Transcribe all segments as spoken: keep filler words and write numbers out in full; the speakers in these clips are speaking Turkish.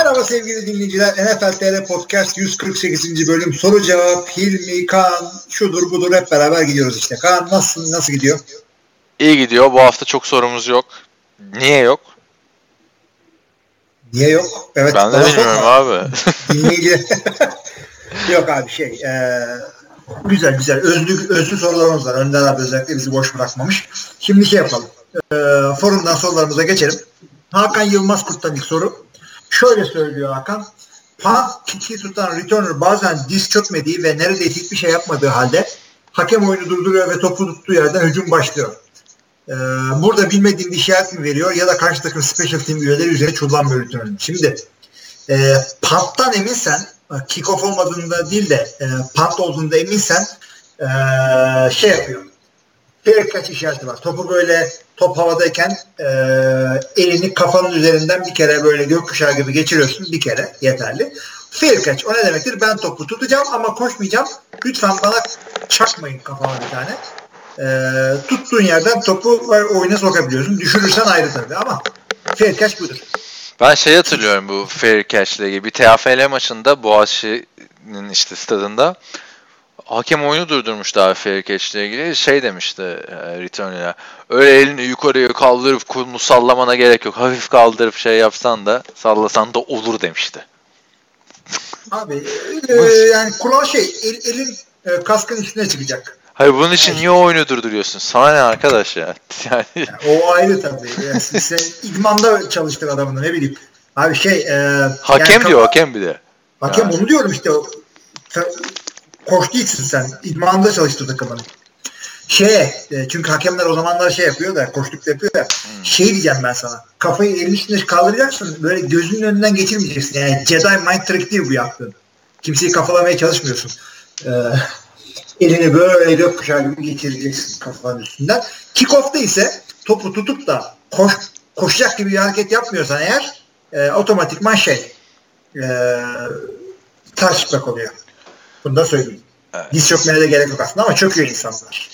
Merhaba sevgili dinleyiciler. N F L T R Podcast yüz kırk sekizinci bölüm soru cevap. Hilmi, Kaan, şudur budur hep beraber gidiyoruz işte. Kaan nasıl nasıl gidiyor? İyi gidiyor. Bu hafta çok sorumuz yok. Niye yok? Niye yok? Evet. Ben de bilmiyorum sokma. Abi. Dinleyici. Yok abi şey. E, güzel güzel. Özlü, özlü sorularımız var. Önder abi özellikle bizi boş bırakmamış. Şimdi şey yapalım. E, forumdan sorularımıza geçelim. Hakan Yılmaz Kurt'tan ilk soru. Şöyle söylüyor Hakan. Punt kick'i tutan returner bazen diz çökmediği ve neredeyse hiçbir şey yapmadığı halde hakem oyunu durduruyor ve topu tuttuğu yerden hücum başlıyor. Ee, burada bilmediğim bir işaret mi veriyor ya da karşı takım special team üyeleri üzerine çullanmıyor returner. Şimdi e, punt'tan eminsen, kick-off olmadığında değil de e, punt olduğunda eminsen e, şey yapıyor. Fair catch işareti var. Topu böyle top havadayken e, elini kafanın üzerinden bir kere böyle gökkuşağı gibi geçiriyorsun. Bir kere yeterli. Fair catch. O ne demektir? Ben topu tutacağım ama koşmayacağım. Lütfen bana çakmayın kafama bir tane. E, tuttuğun yerden topu oyuna sokabiliyorsun. Düşürürsen ayrı tabii ama fair catch budur. Ben şey hatırlıyorum bu fair catch ile ilgili. Bir T F L maçında Boğaziçi'nin işte stadında hakem oyunu durdurmuştu abi fair catch ile ilgili. Şey demişti e, return'e. Öyle elini yukarıya kaldırıp kolunu sallamana gerek yok. Hafif kaldırıp şey yapsan da sallasan da olur demişti. Abi e, yani kural şey el, elin e, kaskın üstüne çıkacak. Hayır bunun için yani, niye oyunu durduruyorsun? Sana ne arkadaş ya? Yani... yani o ayrı tabii. Yani sen idmanda çalıştın adamını ne bileyim. Abi şey e, hakem yani, diyor hakem bir de. Hakem yani. onu diyorum işte. Sen, koç değilsin sen. İdmanda çalıştı takımını. Şeye, e, çünkü hakemler o zamanlar şey yapıyor da, koçlukta yapıyor da, hmm. şey diyeceğim ben sana. Kafayı elin üstünde kaldıracaksın. Böyle gözünün önünden geçirmeyeceksin. Yani Jedi Mind Trick değil bu yaptığın. Kimseyi kafalamaya çalışmıyorsun. Ee, elini böyle gökkuşağı gibi geçireceksin kafanın üstünden. Kick-off'ta ise topu tutup da koş, koşacak gibi bir hareket yapmıyorsan eğer e, otomatikman şey e, touchback oluyor. Bunu da söyleyeyim. Evet. Diz çökmene de gerek yok aslında ama çöküyor insanlar.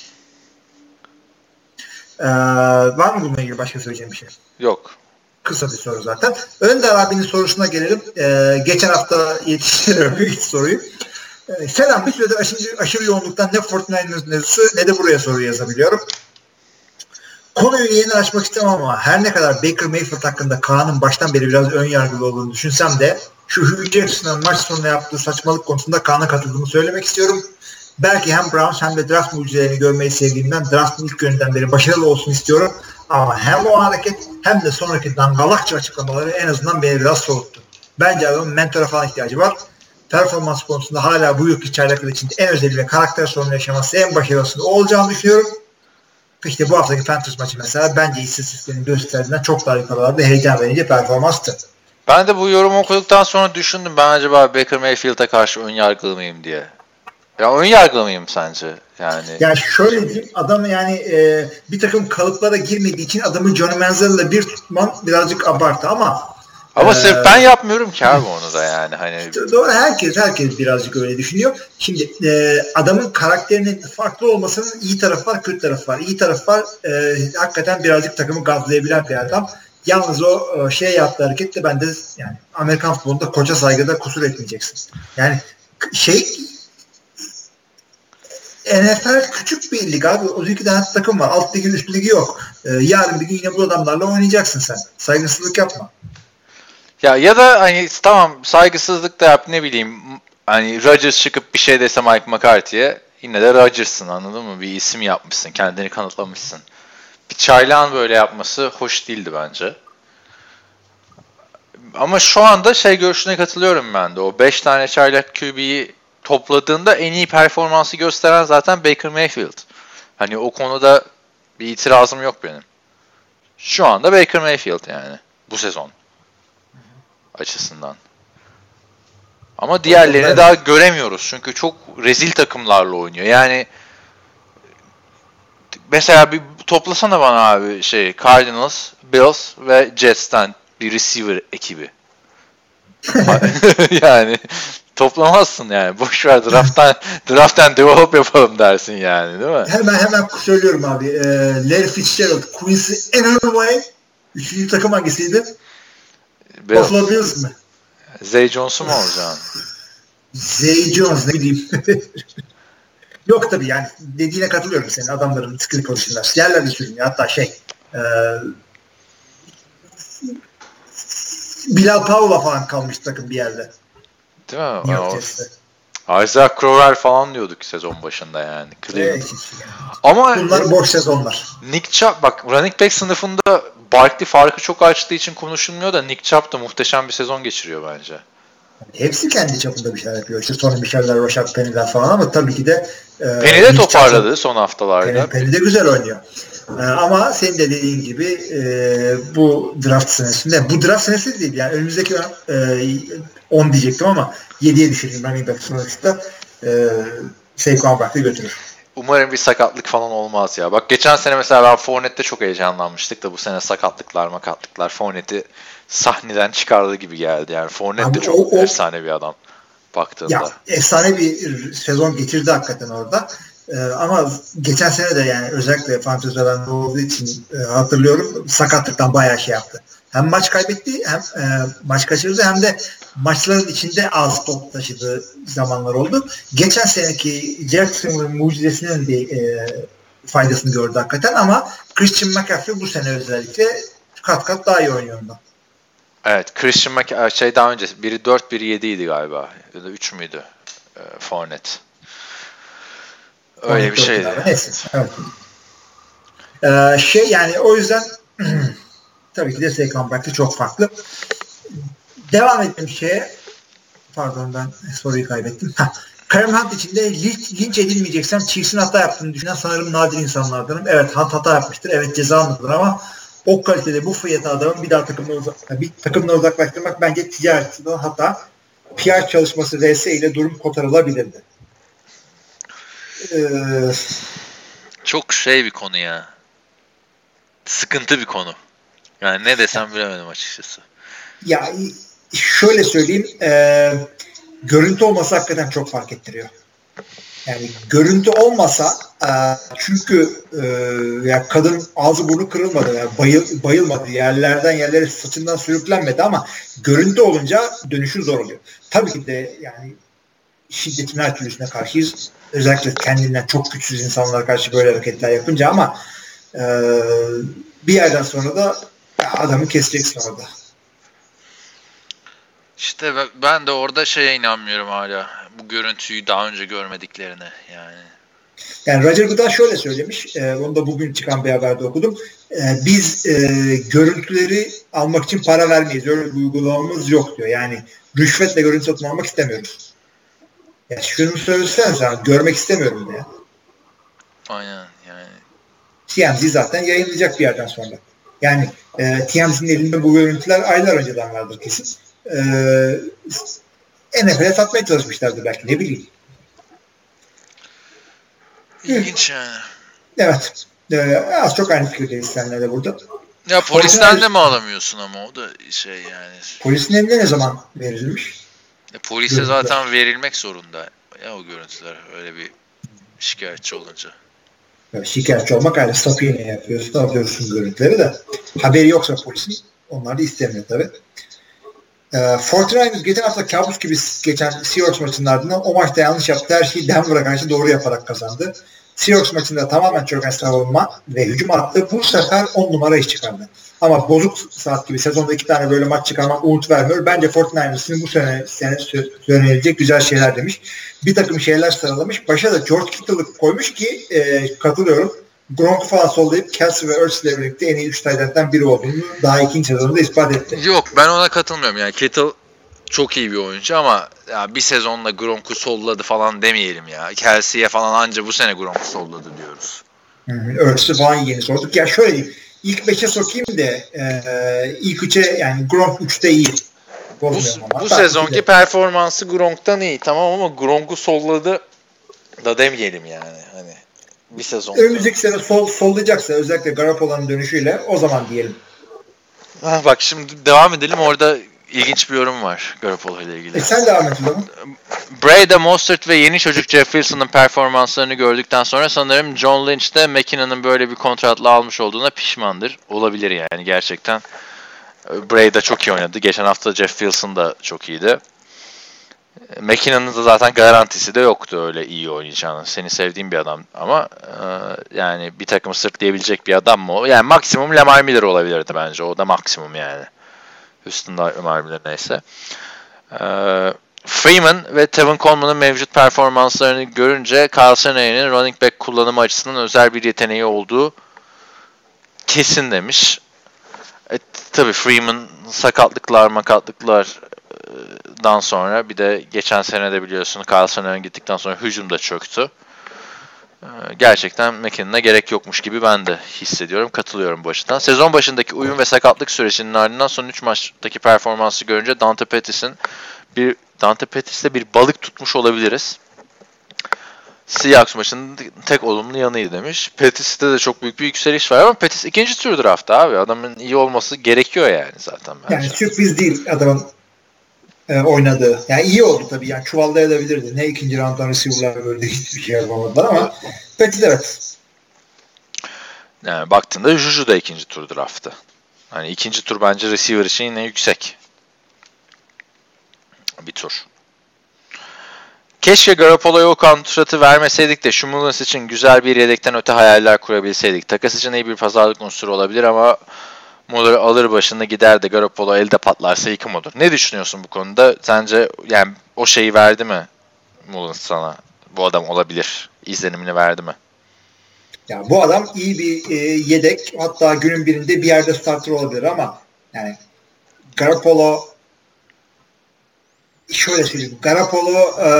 Ee, var mı bununla ilgili başka söyleyeceğim bir şey? Yok. Kısa bir soru zaten. Önder abinin sorusuna gelelim. Ee, geçen hafta yetiştiriyorum ilk soruyu. Ee, selam. Bir süredir aşırı, aşırı yoğunluktan ne Fortnite'ın ne de buraya soru yazabiliyorum. Konuyu yeni açmak istemem ama her ne kadar Baker Mayfield hakkında Kaan'ın baştan beri biraz ön yargılı olduğunu düşünsem de şu Hugh Jackson'ın maç sonunda yaptığı saçmalık konusunda Kaan'a katıldığımı söylemek istiyorum. Belki hem Browns hem de draft mucizelerini görmeyi sevdiğimden draftın ilk gününden beri başarılı olsun istiyorum. Ama hem o hareket hem de sonraki dangalakça açıklamaları en azından beni biraz soğuttu. Bence adamın mentora falan ihtiyacı var. Performans konusunda hala bu yılki çaylaklar için en özel ve karakter sorunu yaşaması en başarılısı olacağını düşünüyorum. İşte bu haftaki Panthers maçı mesela bence istatistiklerin gösterdiğinden çok daha yukarılarda heyecan verici performanstı. Ben de bu yorumu okuduktan sonra düşündüm. Ben acaba Baker Mayfield'a karşı ön yargılı mıyım diye. Ya ön yargılı mıyım sence? Yani. Ya şöyle diyeyim, adam yani e, bir takım kalıplara girmediği için adamı Johnny Manziel'la bir tutman birazcık abartı ama ama e, sırf ben yapmıyorum ki abi onu da yani hani. Doğru, herkes herkes birazcık öyle düşünüyor. Şimdi e, adamın karakterinin farklı olmasının iyi tarafı var, kötü tarafı var. İyi tarafı var, e, hakikaten birazcık takımı gazlayabilen bir adam. Yalnız o e, şey yaptığı hareketle ben de yani Amerikan futbolunda koça saygıda kusur etmeyeceksin. Yani şey N F L küçük bir lig abi. O iki tane takım var. Alt ligi, üst ligi yok. Ee, yarın bir gün yine bu adamlarla oynayacaksın sen. Saygısızlık yapma. Ya ya da hani tamam saygısızlık da yap ne bileyim hani Rodgers çıkıp bir şey dese Mike McCarthy'ye yine de Rodgers'ın anladın mı? Bir isim yapmışsın. Kendini kanıtlamışsın. Bir çaylağın böyle yapması hoş değildi bence. Ama şu anda şey görüşüne katılıyorum ben de. O beş tane çaylak Q B'yi topladığında en iyi performansı gösteren zaten Baker Mayfield. Hani o konuda bir itirazım yok benim. Şu anda Baker Mayfield yani. Bu sezon. Açısından. Ama diğerlerini evet. daha göremiyoruz. Çünkü çok rezil takımlarla oynuyor. Yani mesela bir toplasana bana abi şey Cardinals, Bills ve Jets'ten bir receiver ekibi. Yani toplamazsın yani. Boş ver draft'tan draft'tan develop yapalım dersin yani, değil mi? Hemen hemen söylüyorum abi. Ee, Larry Fitzgerald, Quincy Enunwa. Üçüncü takım hangisiydi? Bills. Buffalo Bills mi? Zay Jones'u mu olacaksın? Zay Jones ne bileyim. Yok tabii yani dediğine katılıyorum senin adamların sıkıntı konusunda. Yerler bir sürü hatta şey e, Bilal Powell'a falan kalmış takım bir yerde. Değil mi? New York Jets'te. Isaac Crowell falan diyorduk sezon başında yani. Evet. Ama bunlar boş sezonlar. Nick Chubb bak running back sınıfında Barkley farkı çok açtığı için konuşulmuyor da Nick Chubb da muhteşem bir sezon geçiriyor bence. Hepsi kendi çapında bir şeyler yapıyor. İşte Tony Michel'ler, Rashad Penny'ler falan ama tabii ki de e, Penny de toparladı Chubb, son haftalarda. Penny, Penny de güzel oynuyor. E, ama senin de dediğin gibi e, bu draft senesinde bu draft senesi değil yani önümüzdeki e, on diyecektim ama yediye düşüreyim running back sonuçta e, Saquon Barkley götürür. Umarım bir sakatlık falan olmaz ya. Bak geçen sene mesela ben Fournette'de çok heyecanlanmıştık da bu sene sakatlıklar makatlıklar Fournette'i sahneden çıkardığı gibi geldi. Yani Fournette de çok o, o, efsane bir adam baktığında. Ya efsane bir sezon geçirdi hakikaten orada. Ee, ama geçen sene de yani özellikle fanteziden olduğu için e, hatırlıyorum sakatlıktan bayağı şey yaptı. Hem maç kaybetti hem e, maç kaçırdı hem de maçların içinde az top taşıdığı zamanlar oldu. Geçen seneki Jackson'ın mucizesinin bir e, faydasını gördü hakikaten ama Christian McCaffrey bu sene özellikle kat kat daha iyi oynuyor ondan. Evet, Christian McCaffrey şey daha önce biri dört biri yedi idi galiba ya da üç müydü e, Fournette. Öyle bir şeydi. Neyse. Evet. Ee, şey yani o yüzden tabii ki de Saquon Barkley çok farklı. Devam ettiğim şeye pardon ben soruyu kaybettim. Kareem Hunt için de linç, linç edilmeyeceksem Chiefs'in hata yaptığını düşünen sanırım nadir insanlardanım. Evet Hunt hata yapmıştır. Evet ceza almıştır ama o kalitede bu fiyata adamın bir daha takımdan, uzak, bir takımdan uzaklaştırmak bence ticaret hata. P R çalışması V S ile durum kotarılabilirdi. Ee, Çok şey bir konu ya. Sıkıntı bir konu. Yani ne desem bilemedim açıkçası. Ya şöyle söyleyeyim. E, görüntü olmasa hakikaten çok fark ettiriyor. Yani görüntü olmasa e, çünkü e, ya kadın ağzı burnu kırılmadı. Yani bayıl, bayılmadı. Yerlerden yerlere saçından sürüklenmedi ama görüntü olunca dönüşü zor oluyor. Tabii ki de yani şiddetin her türlüsüne karşıyız. Özellikle kendinden çok güçsüz insanlara karşı böyle hareketler yapınca ama e, bir yerden sonra da adamı keseceksin orada. İşte ben de orada şeye inanmıyorum hala. Bu görüntüyü daha önce görmediklerine yani. Yani Roger Goodell şöyle söylemiş. E, onu da bugün çıkan bir haberde okudum. E, biz e, görüntüleri almak için para vermeyiz. Öyle bir uygulamamız yok diyor. Yani rüşvetle görüntü satın almak istemiyoruz. Ya şunu söylesene sana. Görmek istemiyorum diye. Aynen yani. T M Z zaten yayınlayacak bir yerden sonra. Yani e, T M Z'nin elinde bu görüntüler aylar önceden vardır kesin. E, N F L'e satmaya çalışmışlardı belki. Ne bileyim. İlginç yani. Evet. E, az çok aynı fikirdeyiz seninle de burada. Ya polisten de mi alamıyorsun ama o da şey yani. Polisin eline ne zaman verilmiş? Ya, polise görüntüler zaten verilmek zorunda. Ya o görüntüler öyle bir şikayetçi olunca. Ya, şikayetçi olmak ayrı. Stop yine yapıyorsun. Alıyorsun görüntüleri de. Haberi yoksa polisin onlar da istemiyor tabii. E, kırk dokuz geçen hafta kabus gibi geçen Seahawks maçının ardından o maçta yanlış yaptı. Her şeyi Denver'a karşı doğru yaparak kazandı. Seahawks maçında tamamen çöken savunma ve hücum attı. Bu sefer on numara iş çıkardı. Ama bozuk saat gibi sezonda iki tane böyle maç çıkarmak umut vermiyor. Bence kırk dokuz'ın bu sene, sene söylenecek güzel şeyler demiş. Bir takım şeyler sıralamış. Başa da George Kittle'ı koymuş ki e, katılıyorum. Gronk'u falan sollayıp Kelsey ve Ertz ile birlikte en iyi üç tight biri olduğunu daha ikinci sezonda ispat etti. Yok ben ona katılmıyorum. Yani Kittle çok iyi bir oyuncu ama ya bir sezonla Gronk'u solladı falan demeyelim ya. Kelsey'ye falan anca bu sene Gronk'u solladı diyoruz. Ertz'i falan yeni sorduk. Ya şöyle diyeyim. İlk beşe sokayım da e, ilk üçe yani Gronk üçte iyi. Bu, bu sezonki performansı Gronk'tan iyi tamam ama Gronk'u solladı da demeyelim yani. Hani bir sezon. Önümüzdeki sene sol, sollayacaksa özellikle Garoppolo'nun dönüşüyle o zaman diyelim. Ha, bak şimdi devam edelim. Orada ilginç bir yorum var Garoppolo ile ilgili. E sen devam et o zaman. Brady, Mostert ve yeni çocuk Jeff Wilson'ın performanslarını gördükten sonra sanırım John Lynch de McKinnon'ın böyle bir kontratla almış olduğuna pişmandır. Olabilir yani gerçekten. Bray de çok iyi oynadı. Geçen hafta Jeff Wilson da çok iyiydi. McKinnon'ın da zaten garantisi de yoktu öyle iyi oynayacağını. Seni sevdiğim bir adam ama e, yani bir takımı sırtlayabilecek bir adam mı o? Yani maksimum Lamar Miller olabilirdi bence. O da maksimum yani. Üstünde Lamar Miller neyse. E, Freeman ve Tevin Coleman'ın mevcut performanslarını görünce Kyle Shanahan'ın running back kullanımı açısından özel bir yeteneği olduğu kesin demiş. E, tabii Freeman sakatlıklar makatlıklardan sonra bir de geçen sene de biliyorsun Kyle Shanahan gittikten sonra hücum da çöktü. E, gerçekten McKinnon'a gerek yokmuş gibi ben de hissediyorum. Katılıyorum bu açıdan. Sezon başındaki uyum ve sakatlık sürecinin ardından son üç maçtaki performansı görünce Dante Pettis'in bir Dante Pettis'le bir balık tutmuş olabiliriz. Seahawks maçının tek olumlu yanıydı demiş. Pettis'te de çok büyük bir yükseliş var ama Pettis ikinci tur draftta abi. Adamın iyi olması gerekiyor yani zaten bence. Yani sürpriz değil adamın e, oynadığı. Yani iyi oldu tabii. Yani çuvallayabilirdi. Ne ikinci round'dan receiver'lar böyle hiçbir şey yapamadılar ama Pettis evet. Yani baktığında Juju da ikinci tur draftta. Hani ikinci tur bence receiver için yine yüksek. Bir tur. Keşke Garoppolo'ya o kontratı vermeseydik de şu Mullins için güzel bir yedekten öte hayaller kurabilseydik. Takas için iyi bir pazarlık unsuru olabilir ama Muller alır başını gider de Garoppolo elde patlarsa yıkım olur. Ne düşünüyorsun bu konuda? Sence yani o şeyi verdi mi Mullins sana? Bu adam olabilir. İzlenimini verdi mi? Ya bu adam iyi bir e, yedek. Hatta günün birinde bir yerde starter olabilir ama yani Garoppolo şöyle söyleyeyim. Garoppolo e,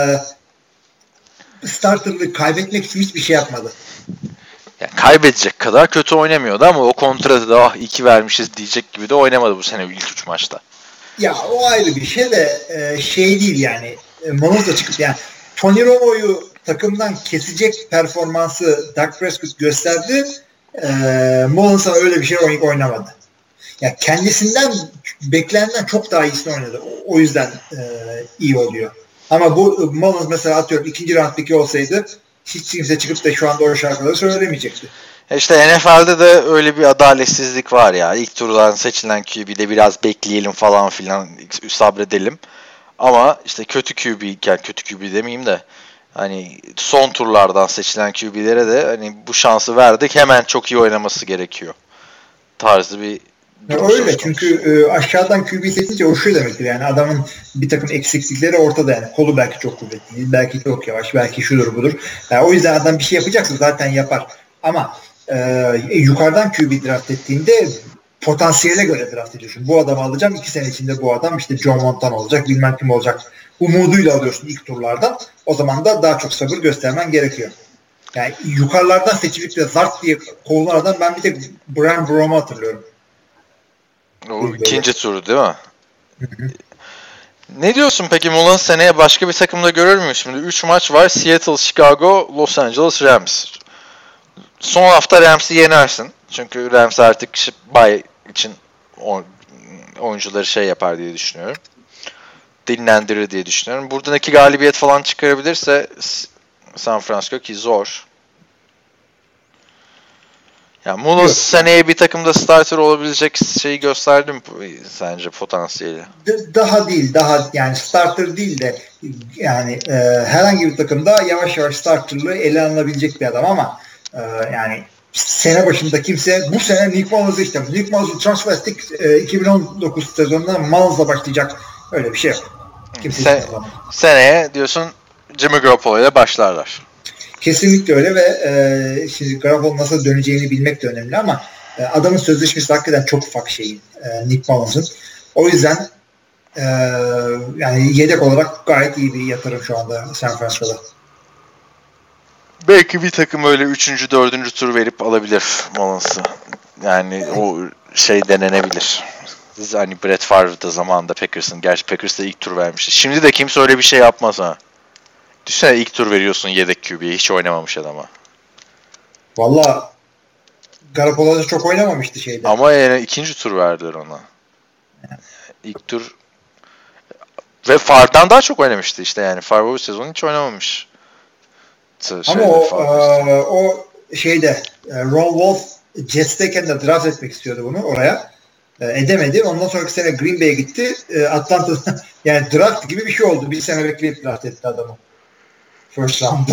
starterlığı kaybetmek için hiçbir şey yapmadı. Yani kaybedecek kadar kötü oynamıyordu ama o kontratı da ah iki vermişiz diyecek gibi de oynamadı bu sene ilk üç maçta. Ya o ayrı bir şey de e, şey değil yani. E, Mullins çıkıp yani Tony Romo'yu takımdan kesecek performansı Dak Prescott gösterdi. E, Mullins'a öyle bir şey oynamadı. Ya kendisinden beklenenden çok daha iyisini oynadı. O, o yüzden e, iyi oluyor. Ama bu Mullins mesela atıyorum ikinci rounddaki olsaydı hiç kimse çıkıp da şu anda o şarkıları söylemeyecekti. İşte N F L'de de öyle bir adaletsizlik var ya. İlk turdan seçilen Q B'de biraz bekleyelim falan filan sabredelim. Ama işte kötü Q B iken kötü Q B demeyeyim de hani son turlardan seçilen Q B'lere de hani bu şansı verdik. Hemen çok iyi oynaması gerekiyor. Tarzı bir durum. Öyle çünkü e, aşağıdan Q B seçince o şu demektir yani adamın bir takım eksiklikleri ortada yani. Kolu belki çok kuvvetli değil, belki çok yavaş, belki şudur budur. Yani o yüzden adam bir şey yapacaksa zaten yapar. Ama e, yukarıdan Q B draft ettiğinde potansiyele göre draft ediyorsun. Bu adamı alacağım. iki sene içinde bu adam işte Joe Montana olacak, bilmem kim olacak. Umuduyla alıyorsun ilk turlardan. O zaman da daha çok sabır göstermen gerekiyor. Yani yukarılardan seçilip de zart diye kovulan adam ben bir tek Brian Brom'u hatırlıyorum. O ikinci turu değil mi? Hı hı. Ne diyorsun peki Mullins seneye başka bir takımda görür müyüz? Şimdi üç maç var. Seattle, Chicago, Los Angeles Rams. Son hafta Rams'i yenersin. Çünkü Rams artık bye için oyuncuları şey yapar diye düşünüyorum. Dinlendirir diye düşünüyorum. Buradan iki galibiyet falan çıkarabilirse San Francisco ki zor. Ya Mullins seneye bir takımda starter olabilecek şeyi gösterdi mi sence potansiyeli? Daha değil, daha yani starter değil de yani e, herhangi bir takımda yavaş yavaş starterlığı ele alınabilecek bir adam ama e, yani sene başında kimse bu sene Nick Mullins'ı işte Nick Mullins'ı transfer ettik e, iki bin on dokuz sezonunda Mullins'la başlayacak öyle bir şey yok. Kimse Sen, seneye diyorsun Jimmy Garoppolo ile başlarlar. Kesinlikle öyle ve e, şimdi Garoppolo nasıl döneceğini bilmek de önemli ama e, adamın sözleşmesi hakikaten çok ufak şeyin e, Nick Mullins'ın. O yüzden e, yani yedek olarak gayet iyi bir yatırım şu anda San Francisco'da. Belki bir takım öyle üçüncü, dördüncü tur verip alabilir Mullins'ı. Yani o şey denenebilir. Biz hani Brett Favre'da zamanında Packers'ın, gerçi Packers'da ilk tur vermişti. Şimdi de kimse öyle bir şey yapmaz ha. Düşünsene ilk tur veriyorsun yedek Q B'ye hiç oynamamış adama. Valla Garoppolo çok oynamamıştı şeyde. Ama yani ikinci tur verdiler ona. İlk tur ve Favre'dan daha çok oynamıştı işte yani. Favre bu sezon hiç oynamamış. Ama şeyde, o e, o şeyde Ron Wolf Jets'teyken de draft etmek istiyordu bunu oraya. E, edemedi. Ondan sonraki sene Green Bay'e gitti. E, Atlanta'da yani draft gibi bir şey oldu. Bir sene bekleyip draft etti adamı. First round'da.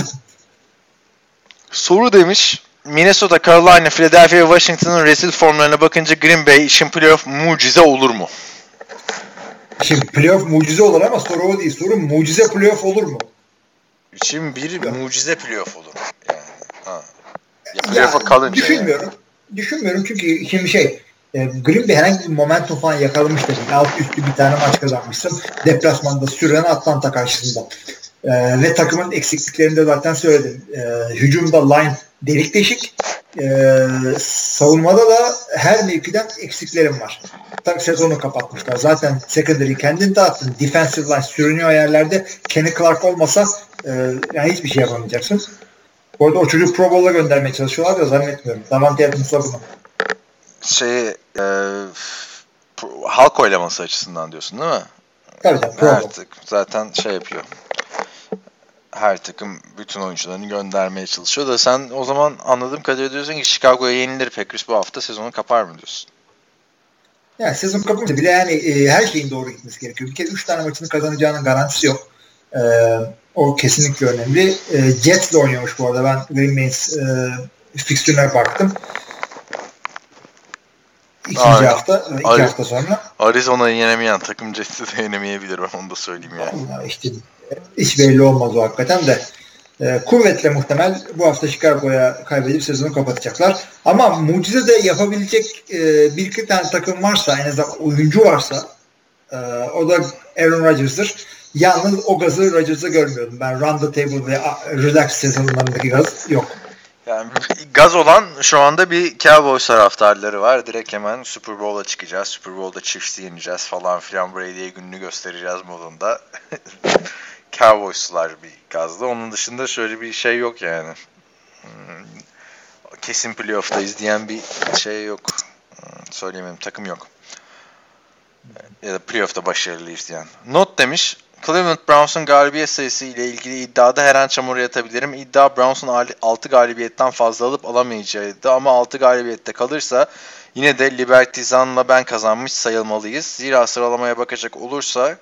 Soru demiş. Minnesota, Carolina, Philadelphia ve Washington'ın rezil formlarına bakınca Green Bay işin playoff mucize olur mu? Şimdi playoff mucize olur ama soru o değil. Soru mucize playoff olur mu? İçin bir Yok. mucize playoff olur. Yani. Ha. Ya playoff'a kalınca. Düşünmüyorum. Yani. Düşünmüyorum çünkü şimdi şey e, Green Bay herhangi bir momentum falan yakalamış da değil. Alt üstü bir tane maç kazanmışsın. Deplasmanda süren Atlanta karşısında. E, ve takımın eksikliklerini de zaten söyledim. E, hücumda line delik deşik. E, savunmada da her mevkiden eksiklerim var. Tak sezonu kapatmışlar. Zaten secondary kendin dağıttın. Defensive line sürünüyor yerlerde. Kenny Clark olmasa e, yani hiçbir şey yapamayacaksın. Bu arada o çocuğu Pro Bowl'a göndermeye çalışıyorlar da zannetmiyorum. Davante Adams'la bunu. Şey e, halk oylaması açısından diyorsun değil mi? Tabii tabii. Pro Bowl. Artık zaten şey yapıyor. Her takım bütün oyuncularını göndermeye çalışıyor da sen o zaman anladığım kadarıyla diyorsun ki Chicago'ya yenilir Packers bu hafta sezonu kapar mı diyorsun? Yani sezon kapınca bile yani e, her şeyin doğru gitmesi gerekiyor. Bir kere üç tane maçını kazanacağının garantisi yok. E, o kesinlikle önemli. E, Jets'le oynuyormuş bu arada. Ben Green Bay'in e, fikstürüne baktım. İkinci Aynen. hafta, iki Ari- hafta sonra. Arizona'yı yenemeyen takım Jets'i de yenemeyebilir, ben onu da söyleyeyim yani. Allah işte hiç belli olmaz o hakikaten de. E, kuvvetle muhtemel bu hafta Chicago'ya kaybedip sezonu kapatacaklar. Ama mucize de yapabilecek e, bir iki tane takım varsa, en azından oyuncu varsa e, o da Aaron Rodgers'dır. Yalnız o gazı Rodgers'ı görmüyorum. Ben run the table ve relax sezonlarındaki gaz yok. Yani gaz olan şu anda bir Cowboys taraftarları var. Direkt hemen Super Bowl'a çıkacağız. Super Bowl'da Chiefs'i yeneceğiz falan filan. Brady'ye gününü göstereceğiz modunda. Cowboys'lar bir gazda. Onun dışında şöyle bir şey yok yani. Kesin playoff'tayız diyen bir şey yok. Söyleyemem, takım yok. Ya da playoff'ta başarılıyız diyen. Not demiş. Cleveland Browns'un galibiyet sayısı ile ilgili iddiada her an çamura yatabilirim. İddia Browns'un altı galibiyetten fazla alıp alamayacağıydı ama altı galibiyette kalırsa yine de Liberty Zan'la ben kazanmış sayılmalıyız. Zira sıralamaya bakacak olursa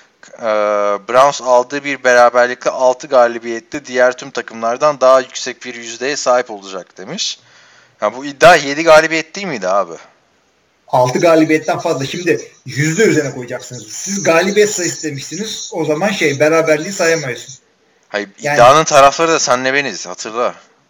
Browns aldığı bir beraberlikle altı galibiyette diğer tüm takımlardan daha yüksek bir yüzdeye sahip olacak demiş. Ya bu iddia yedi galibiyet değil miydi abi? altı galibiyetten fazla. Şimdi yüzde üzerine koyacaksınız. Siz galibiyet sayısı demişsiniz. O zaman şey beraberliği sayamayasın. Hayır, yani, iddianın tarafları da senle beniz. Hatırla.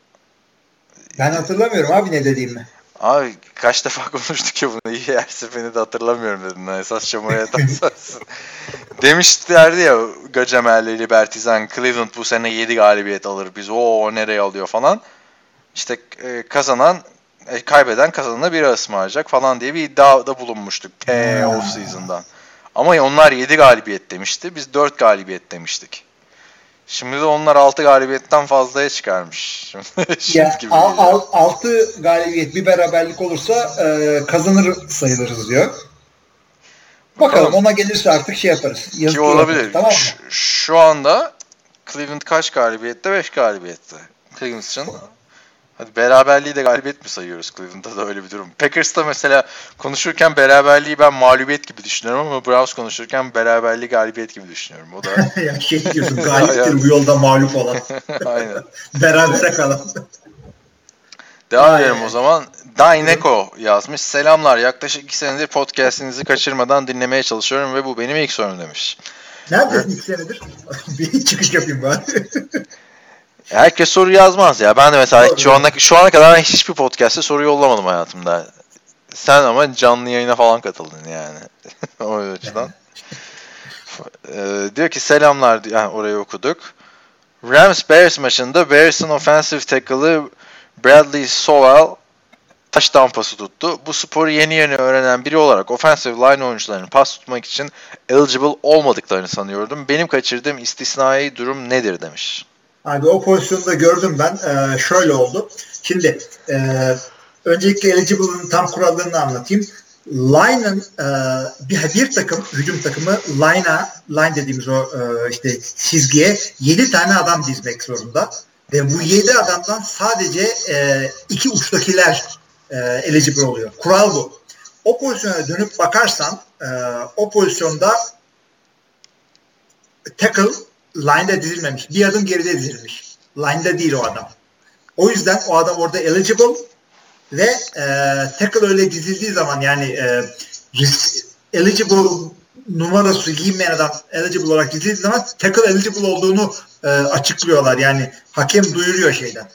Ben hatırlamıyorum abi ne dediğimi. Abi kaç defa konuştuk ya bunu. İyi, her seferinde de hatırlamıyorum dedin. Esas çamuraya atarsın. Demişlerdi ya Gacemel'le Libertizan, Cleveland bu sene yedi galibiyet alır. Biz o nereye alıyor falan. İşte e, kazanan E, kaybeden kazanana biri ısmarlayacak falan diye bir iddiada bulunmuştuk T off season'dan. Ama onlar yedi galibiyet demişti. Biz dört galibiyet demiştik. Şimdi de onlar altı galibiyetten fazlaya çıkarmış. Ya, altı galibiyet bir beraberlik olursa e, kazanır sayılırız diyor. Bakalım, Bakalım ona gelirse artık şey yaparız. Ki olabilir. Tamam mı? Şu, şu anda Cleveland kaç galibiyette? beş galibiyette. Cleveland için hadi beraberliği de galibiyet mi sayıyoruz? Cleveland'da da öyle bir durum. Packers'ta mesela konuşurken beraberliği ben mağlubiyet gibi düşünüyorum ama Browns konuşurken beraberliği galibiyet gibi düşünüyorum. O da ya şey diyorsun, galiptir bu yolda mağlup olan. Aynen. Berabere kalan. Devam edelim o zaman. Daineko yazmış. Selamlar. Yaklaşık iki senedir podcast'inizi kaçırmadan dinlemeye çalışıyorum ve bu benim ilk sorum demiş. Neredesin iki senedir? Bir çıkış yapayım bari. Herkes soru yazmaz ya. Ben de mesela şu ana, şu ana kadar hiçbir podcast'te soru yollamadım hayatımda. Sen ama canlı yayına falan katıldın yani. O açıdan. ee, diyor ki selamlar. Yani orayı okuduk. Rams-Bears maçında Bears'ın offensive tackle'ı Bradley Sowell touchdown pası tuttu. Bu sporu yeni yeni öğrenen biri olarak offensive line oyuncularının pas tutmak için eligible olmadıklarını sanıyordum. Benim kaçırdığım istisnai durum nedir demiş. Abi o pozisyonda gördüm ben. Ee, şöyle oldu. Şimdi e, öncelikle eligible'ın tam kurallarını anlatayım. Line'ın e, bir, bir takım, hücum takımı line'a, line dediğimiz o e, işte çizgiye yedi tane adam dizmek zorunda. Ve bu yedi adamdan sadece e, iki uçtakiler e, eligible oluyor. Kural bu. o pozisyona dönüp bakarsan e, o pozisyonda tackle line'da dizilmemiş. Bir adım geride dizilmiş. Line'da değil o adam. O yüzden o adam orada eligible ve e, tackle öyle dizildiği zaman yani e, risk, eligible numarası giymeyen adam eligible olarak dizildiği zaman tackle eligible olduğunu e, açıklıyorlar. Yani hakem duyuruyor şeyden.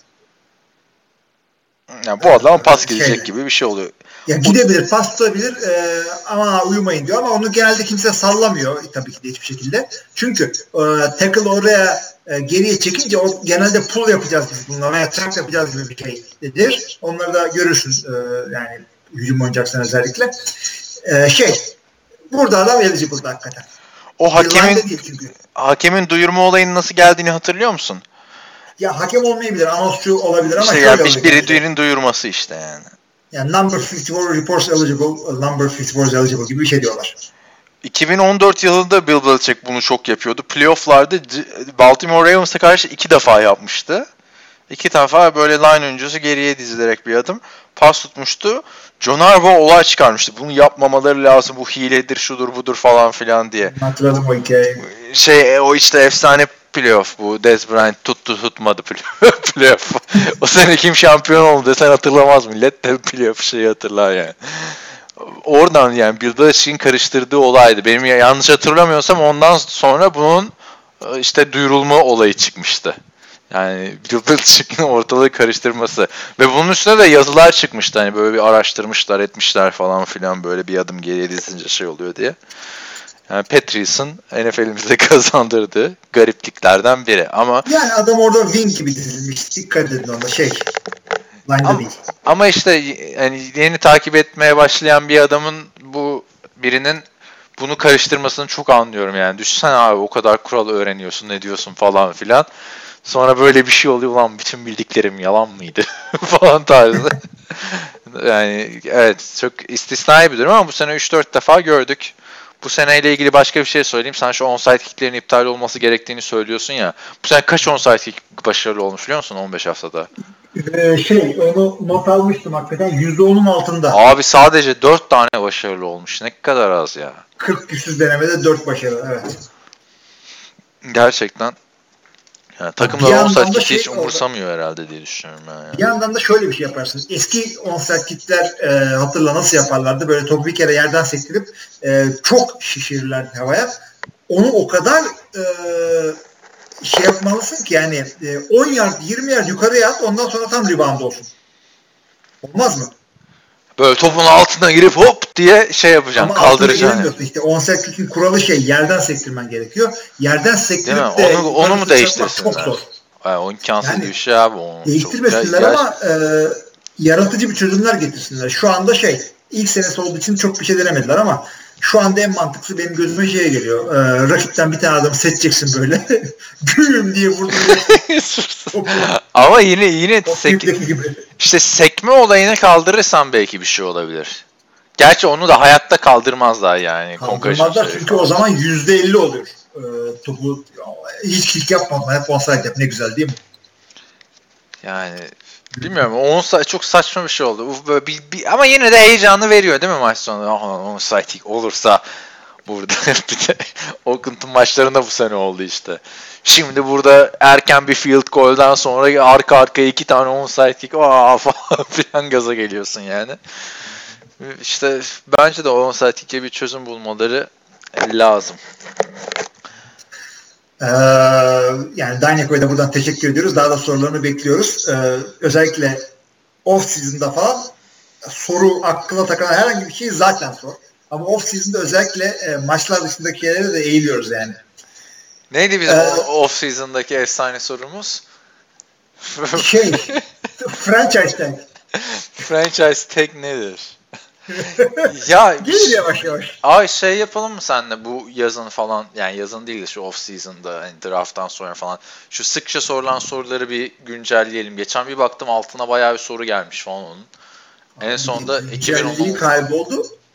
Yani bu adam pas gidecek şeyden gibi bir şey oluyor. Ya gidebilir, pas tutabilir e, ama uyumayın diyor ama onu genelde kimse sallamıyor tabii ki de hiçbir şekilde. Çünkü e, tackle oraya e, geriye çekince o, genelde pull yapacağız biz bununla veya trap yapacağız gibi bir şeydir. Onları da görürsün e, yani hücum oynayacaksan özellikle. E, şey, burada adam eligible hakikaten. O hakemin, hakemin duyurma olayının nasıl geldiğini hatırlıyor musun? Ya hakem olmayabilir, anonsçu olabilir ama işte şöyle yani olabilir. Biri birinin duyurması işte yani. Yani number elli dört reports eligible, number elli dört eligible gibi bir şey diyorlar. iki bin on dört yılında Bill Belichick bunu çok yapıyordu. Playoff'larda Baltimore Ravens'a karşı iki defa yapmıştı. İki defa böyle line oyuncusu geriye dizilerek bir adım pas tutmuştu. John Harbaugh olay çıkarmıştı. Bunu yapmamaları lazım. Bu hiledir, şudur, budur falan filan diye. Hatırladım o hikayeyi. Şey o işte efsane playoff bu. Dez Bryant tuttu tutmadı playoff. O sene kim şampiyon oldu desen hatırlamaz millet de playoff şeyi hatırlar yani. Oradan yani Bill Belichick'in karıştırdığı olaydı. Benim yanlış hatırlamıyorsam ondan sonra bunun işte duyurulma olayı çıkmıştı. Yani Bill Belichick'in ortalığı karıştırması. Ve bunun üstüne de yazılar çıkmıştı. Hani böyle bir araştırmışlar, etmişler falan filan böyle bir adım geriye dizince şey oluyor diye. Yani Patrice'in N F L'imize kazandırdığı garipliklerden biri. Ama yani adam orada wing gibi dizilmiş. Dikkat edin ona şey. Ama, ama işte yani yeni takip etmeye başlayan bir adamın bu birinin bunu karıştırmasını çok anlıyorum yani. Düşünsene abi o kadar kural öğreniyorsun ne diyorsun falan filan. Sonra böyle bir şey oluyor ulan bütün bildiklerim yalan mıydı falan tarzı. Yani evet çok istisnai bir durum ama bu sene üç dört defa gördük. Bu seneyle ilgili başka bir şey söyleyeyim. Sen şu onside kicklerin iptal olması gerektiğini söylüyorsun ya. Bu sene kaç onside kick başarılı olmuş biliyor musun on beş haftada? Ee, şey onu not almıştım hakikaten yüzde onun altında. Abi sadece dört tane başarılı olmuş. Ne kadar az ya. kırk küsur denemede dört başarılı evet. Gerçekten. Yani takımlar onside kick'i şey hiç umursamıyor orada herhalde diye düşünüyorum ben. Yani. Bir yandan da şöyle bir şey yaparsın. Eski onside kickler e, hatırla nasıl yaparlardı? Böyle topu bir kere yerden sektirip e, çok şişirirlerdi havaya. Onu o kadar e, şey yapmalısın ki yani e, on yard yirmi yard yukarıya at ondan sonra tam rebound olsun. Olmaz mı? Böyle topun altına girip hop diye şey yapacaksın, kaldıracaksın. Yani. İşte onside kick'in kuralı şey yerden sektirmen gerekiyor. Yerden sektirip de onu, onu mu değiştirsinler? Çok zor. Yani o imkansız yani, bir şey abi. Onu değiştirmesinler çok, ama e, yaratıcı bir çözümler getirsinler. Şu anda şey ilk senesi olduğu için çok bir şey denemediler ama şu anda en mantıklısı benim gözüme şeye geliyor. E, rakipten bir tane adam seçeceksin böyle. Güm diye vurduracaksın. Ama yine yine sek, işte sekme olayını kaldırırsan belki bir şey olabilir. Gerçi onu da hayatta kaldırmazlar yani. Kaldırmazlar çünkü falan. O zaman yüzde elli oluyor. E, topu hiç kick yapmadan hep onside yap. Ne güzel değil mi? Yani bilmiyorum. Onside çok saçma bir şey oldu. Böyle bir, bir, ama yine de heyecanı veriyor değil mi maç sonunda? Onside kick olursa burada bir de Oakland'ın maçlarında bu sene oldu işte. Şimdi burada erken bir field goal'dan sonra arka arkaya iki tane onside kick aa falan filan gaza geliyorsun yani. İşte bence de onside kick'e bir çözüm bulmaları lazım. Ee, yani Dynaco'ya da buradan teşekkür ediyoruz. Daha da sorularını bekliyoruz. Ee, özellikle off season'da falan soru aklına takılan herhangi bir şey zaten sor. Ama off season'da özellikle e, maçlar dışındaki yerlere de eğiliyoruz yani. Neydi bizim ee, off season'daki efsane sorumuz? Şey, franchise tag. Franchise tag nedir? Ya gelir yavaş yavaş. Ay şey yapalım mı senle bu yazın falan yani yazın değil de şu off season'da hani draft'tan sonra falan şu sıkça sorulan soruları bir güncelleyelim. Geçen bir baktım altına bayağı bir soru gelmiş falan onun. En sonunda iki bin on kayboldu.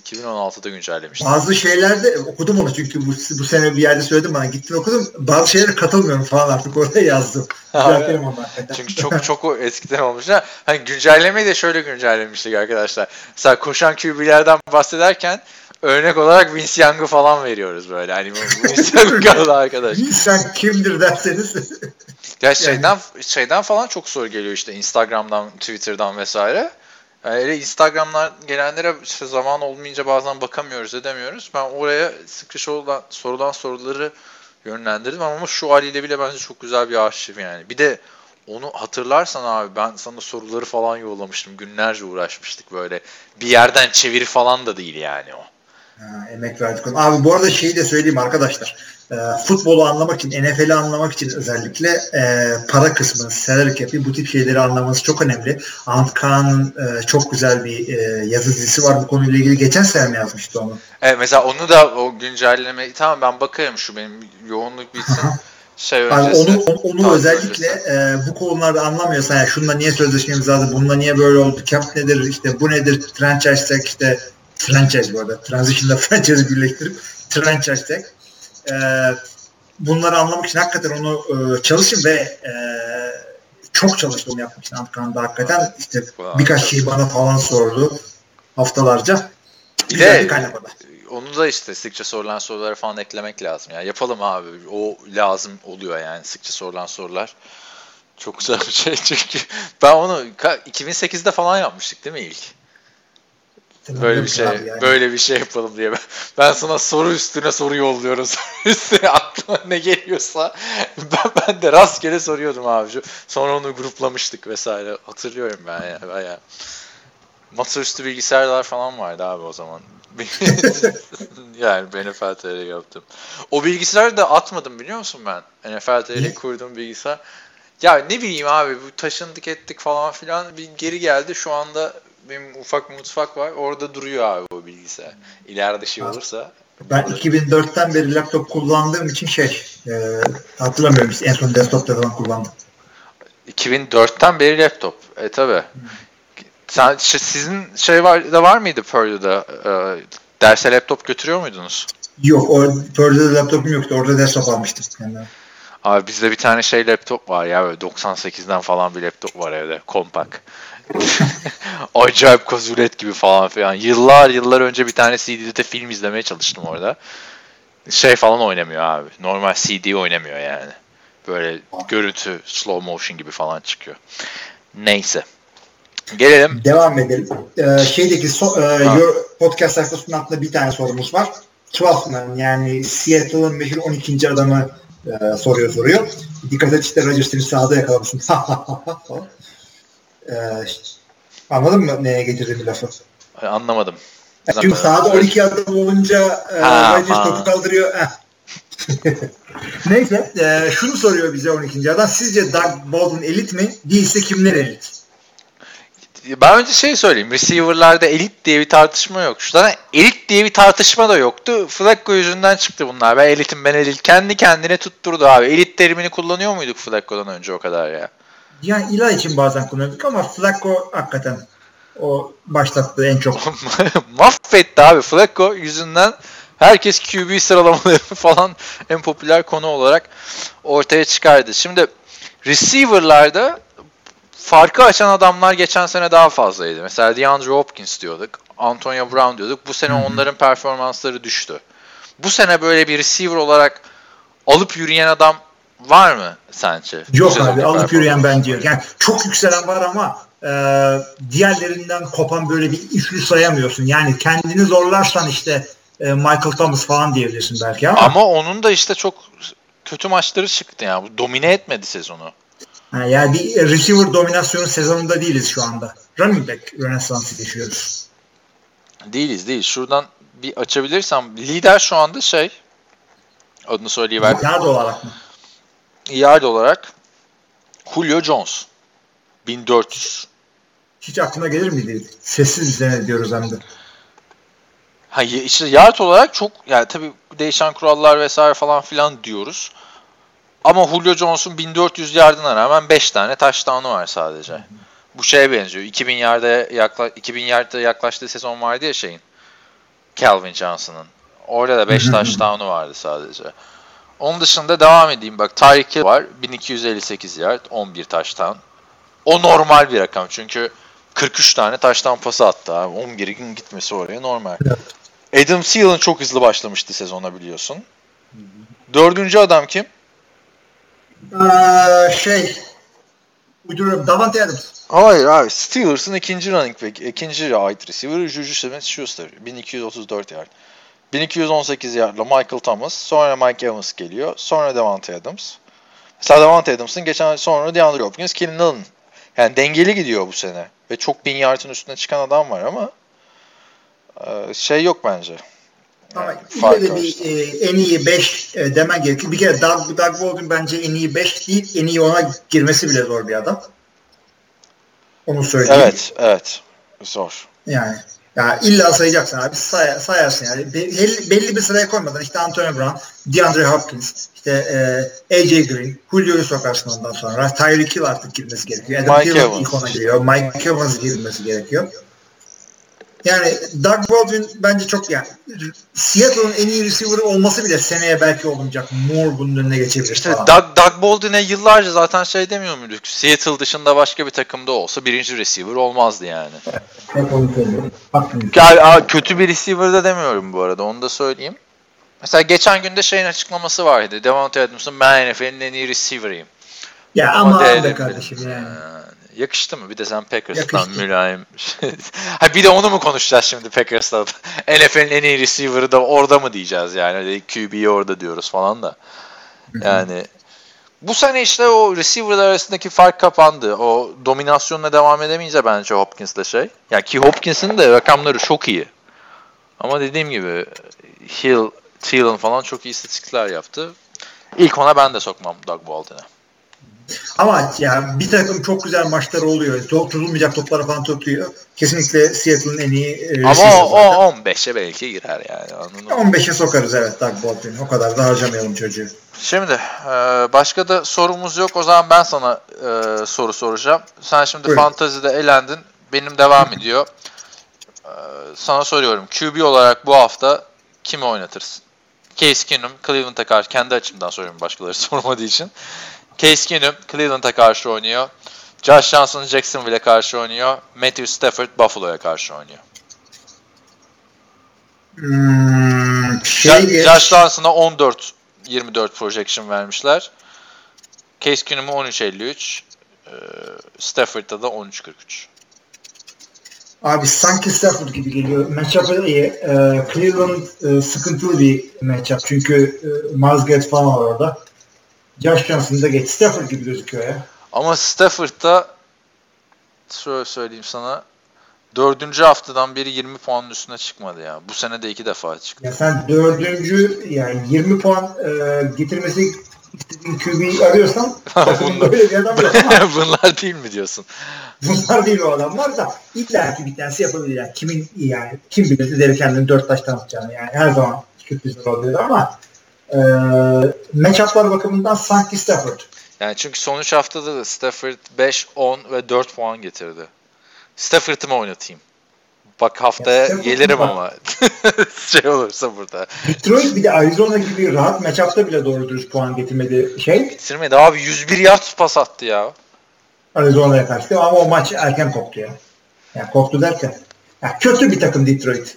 iki bin on altıda güncellemiştim. Bazı şeylerde okudum onu çünkü bu, bu sene bir yerde söyledim bana. Gittim okudum. Bazı şeylere katılmıyorum falan artık oraya yazdım. Düzeltelim onu hakikaten. Çünkü çok çok o eskiden olmuş. Hani güncellemeyi de şöyle güncellemiştik arkadaşlar. Mesela koşan Q B'lerden bahsederken örnek olarak Vince Young'ı falan veriyoruz böyle. Hani bu Vince Young kaldı arkadaş. Vince Young kimdir derseniz. Ya şeyden şeyden falan çok soru geliyor işte Instagram'dan, Twitter'dan vesaire. Yani öyle Instagram'dan gelenlere işte zaman olmayınca bazen bakamıyoruz, edemiyoruz. Ben oraya sıkça sorulan, sorulan soruları yönlendirdim ama şu haliyle bile bence çok güzel bir arşiv yani. Bir de onu hatırlarsan abi ben sana soruları falan yollamıştım. Günlerce uğraşmıştık böyle. Bir yerden çeviri falan da değil yani o. Ha, emek verdik onu. Abi bu arada şeyi de söyleyeyim arkadaşlar. E, futbolu anlamak için, N F L'i anlamak için özellikle e, para kısmını, salary cap'i bu tip şeyleri anlamanız çok önemli. Ant Kaan'ın e, çok güzel bir e, yazı dizisi var bu konuyla ilgili. Geçen sene mi yazmıştı onu? Evet mesela onu da o güncelleme tamam ben bakarım şu benim yoğunluk bitsin. Şey yani öncesi, onu onu özellikle e, bu konularda anlamıyorsan yani şununla niye sözleşmemiz lazım, bununla niye böyle oldu, cap nedir, işte bu nedir, franchise tag, işte franchise bu arada transition'da franchise birleştirip franchise tag e, bunları anlamak için hakikaten onu e, çalışın ve e, çok çalıştım yapmak için Antkan'da hakikaten işte birkaç şey bana falan sordu haftalarca. Bir de onu da işte sıkça sorulan soruları falan eklemek lazım. Yani yapalım abi. O lazım oluyor yani sıkça sorulan sorular. Çok güzel bir şey çünkü ben onu iki bin sekizde falan yapmıştık değil mi ilk? Böyle bir şey, yani. Böyle bir şey yapalım diye. Ben, ben sana soru üstüne soru yolluyorum. Üstüne aklıma ne geliyorsa ben, ben de rastgele soruyordum abi. Sonra onu gruplamıştık vesaire. Hatırlıyorum ben ya. Bayağı. Masaüstü bilgisayarlar falan vardı abi o zaman. Yani N F L T R yaptım. O bilgisayarı da atmadım biliyor musun ben? N F L T R kurduğum bilgisayar. Ya ne bileyim abi bu taşındık ettik falan filan bir geri geldi. Şu anda benim ufak bir mutfak var. Orada duruyor abi o bilgisayar. İleride şey olursa. Ben iki bin dörtten beri laptop kullandığım için şey e, hatırlamıyorum. En son desktop'ta falan kullandım. iki bin dörtten beri laptop. E tabi. Hmm. Sen, şey, sizin şey var da var mıydı Purdue'da? E, derse laptop götürüyor muydunuz? Yok. O Purdue'da laptopum yoktu. Orada desktop almıştım. Yani. Abi bizde bir tane şey laptop var ya böyle doksan sekizden falan bir laptop var evde. Kompak. Acayip kazulet gibi falan filan. Yıllar yıllar önce bir tane C D'de film izlemeye çalıştım orada. Şey falan oynamıyor abi. Normal C D oynamıyor yani. Böyle görüntü slow motion gibi falan çıkıyor. Neyse. Gelelim. Devam edelim. Ee, şeydeki so, e, podcast sayfasının altında bir tane sorumuz var. twelfth man yani Seattle'ın meşhur on ikinci adamı e, soruyor soruyor. Dikkat et işte Rodgers'ın sahada yakalamışsın. e, anladın mı neye getirdiğimi lafı? Anlamadım. Yani çünkü sahada on iki adam olunca e, Rodgers topu kaldırıyor. Neyse. E, şunu soruyor bize on ikinci adam. Sizce Doug Baldwin elit mi? Değilse kimler elit? Ben önce şey söyleyeyim. Receiver'larda elit diye bir tartışma yok. Şurada elit diye bir tartışma da yoktu. Flacco yüzünden çıktı bunlar. Ben elitim ben elit. Kendi kendine tutturdu abi. Elit terimini kullanıyor muyduk Flacco'dan önce o kadar ya? Yani ilah için bazen kullanıyorduk ama Flacco hakikaten o başlattı en çok. Mahvetti abi. Flacco yüzünden herkes Q B sıralamaları falan en popüler konu olarak ortaya çıkardı. Şimdi receiver'larda farkı açan adamlar geçen sene daha fazlaydı. Mesela DeAndre Hopkins diyorduk. Antonio Brown diyorduk. Bu sene Hı-hı. onların performansları düştü. Bu sene böyle bir receiver olarak alıp yürüyen adam var mı sence? Yok abi alıp yürüyen bence yok. Yani çok yükselen var ama e, diğerlerinden kopan böyle bir üçlü sayamıyorsun. Yani kendini zorlarsan işte e, Michael Thomas falan diyebilirsin belki ama. Ama onun da işte çok kötü maçları çıktı yani. Domine etmedi sezonu. Ha, yani bir receiver dominasyonu sezonunda değiliz şu anda. Running back rönesansı yaşıyoruz. Değiliz değil. Şuradan bir açabilirsem lider şu anda şey adını söyleyiver. Yard olarak mı? Yard olarak Julio Jones. bin dört yüz. Hiç aklına gelir miydi? Sessiz izleme diyoruz hem de. Ha işte yard olarak çok yani tabii değişen kurallar vesaire falan filan diyoruz. Ama Julio Jones'un bin dört yüz yardına rağmen beş tane touchdown'u var sadece. Hı-hı. Bu şeye benziyor. iki bin yarda yakla iki bin yarda yaklaştığı sezon vardı ya şeyin. Calvin Johnson'ın. Orada da beş touchdown'u vardı sadece. Onun dışında devam edeyim. Bak Tyreek Hill var. bin iki yüz elli sekiz yard, on bir touchdown. O normal bir rakam. Çünkü kırk üç tane touchdown pası attı abi. on birin gitmesi oraya normal. Evet. Adam Thielen çok hızlı başlamıştı sezona biliyorsun. Hı hı. Dördüncü adam kim? Ee, şey uyduruyorum. Davante Adams. Hayır abi. Steelers'ın ikinci running back, ikinci wide receiver Juju Smith-Schuster. bin iki yüz otuz dört yard. bin iki yüz on sekiz yardla Michael Thomas. Sonra Mike Evans geliyor. Sonra Davante Adams. Mesela Davante Adams'ın geçen sonra DeAndre Hopkins, Keenan Allen. Yani dengeli gidiyor bu sene. Ve çok bin yardın üstüne çıkan adam var ama şey yok bence. Yani ama ille de bir e, en iyi beş e, demen gerekiyor. Bir kere Doug, Doug Baldwin bence en iyi beş değil, en iyi ona girmesi bile zor bir adam. Onu söyleyeyim. Evet, evet. Zor. Yani ya illa sayacaksın abi. Say, sayarsın yani. Belli, belli bir sıraya koymadan işte Antonio Brown, DeAndre Hopkins, işte e, A J Green, Julio'yu sokarsın ondan sonra. Tyreek Hill artık girmesi gerekiyor. Adam Mike Evans. ilk ona giriyor. Mike Evans girmesi gerekiyor. Yani Doug Baldwin bence çok yani Seattle'ın en iyi receiver'ı olması bile seneye belki olmayacak. Moore bunun önüne geçebilir işte falan. Doug, Doug Baldwin'e yıllarca zaten şey demiyor muyduk? Seattle dışında başka bir takımda olsa birinci receiver olmazdı yani. Hep onu söylüyorum. Yani, kötü bir receiver de demiyorum bu arada. Onu da söyleyeyim. Mesela geçen günde şeyin açıklaması vardı. Davante Adams'ın ben N F L'in en iyi receiver'ıyım. Ya ama be kardeşim yani. yani. Yakıştı mı? Bir de sen Packers'tan mülayim. Ha bir de onu mu konuşacağız şimdi Packers'tan? N F L'in en iyi receiver'ı da orada mı diyeceğiz yani? Q B'yi orada diyoruz falan da. Yani bu sene işte o receiver'lar arasındaki fark kapandı. O dominasyonla devam edemeyince bence Hopkins'le şey. Yani ki Hopkins'in de rakamları çok iyi. Ama dediğim gibi Hill, Thielen falan çok iyi istatistikler yaptı. İlk ona ben de sokmam Doug Baldwin'e. Ama yani bir takım çok güzel maçları oluyor. Tutulmayacak topları falan tutuyor. Kesinlikle Seattle'ın en iyi e, ama o, o on beşe belki girer yani. on beşe sokarız evet Doug Baldwin. O kadar da harcamayalım çocuğu. Şimdi başka da sorumuz yok. O zaman ben sana e, soru soracağım. Sen şimdi Buyurun. Fantazide elendin. Benim devam ediyor. E, sana soruyorum. Q B olarak bu hafta kimi oynatırsın? Case Keenum, Cleveland'a karşı. Kendi açımdan soruyorum başkaları sormadığı için. Case Keenum, Cleveland'a karşı oynuyor. Josh Johnson, Jacksonville'e karşı oynuyor. Matthew Stafford, Buffalo'ya karşı oynuyor. Hmm, şey Josh Johnson'a on dört yirmi dört projection vermişler. Case Keenum'a on üç elli üç. Stafford'a da on üç kırk üç. Abi sanki Stafford gibi geliyor. Matchup'ı iyi. E, Cleveland e, sıkıntılı bir matchup. Çünkü e, Miles Garrett falan var orada. Josh Johnson'da geç. Stafford gibi gözüküyor ya. Ama Stafford'da şöyle söyleyeyim sana dördüncü haftadan beri yirmi puanın üstüne çıkmadı ya. Bu sene de iki defa çıktı. Ya sen dördüncü yani yirmi puan e, getirmesi istediğin Q B'yi arıyorsan bunlar, böyle bir adam yok ama. Bunlar değil mi diyorsun? Bunlar değil o adamlar da illa ki bir tanesi yapabilir. Yani kimin yani kim bilir Derek Henry'nin dört taştan atacağını yani her zaman sürprizler oluyor ama e, matchup'lar bakımından sanki Stafford. Yani çünkü son üç haftada da Stafford beş, on ve dört puan getirdi. Stafford'ı mı oynatayım? Bak haftaya ya gelirim ama şey olursa burada. Detroit bir de Arizona gibi rahat matchup'ta bile doğru dürüst puan getirmedi şey. Getirmedi abi yüz bir yard pas attı ya. Arizona'ya karşı ama o maç erken koptu ya. Yani koptu derken. Ya kötü bir takım Detroit.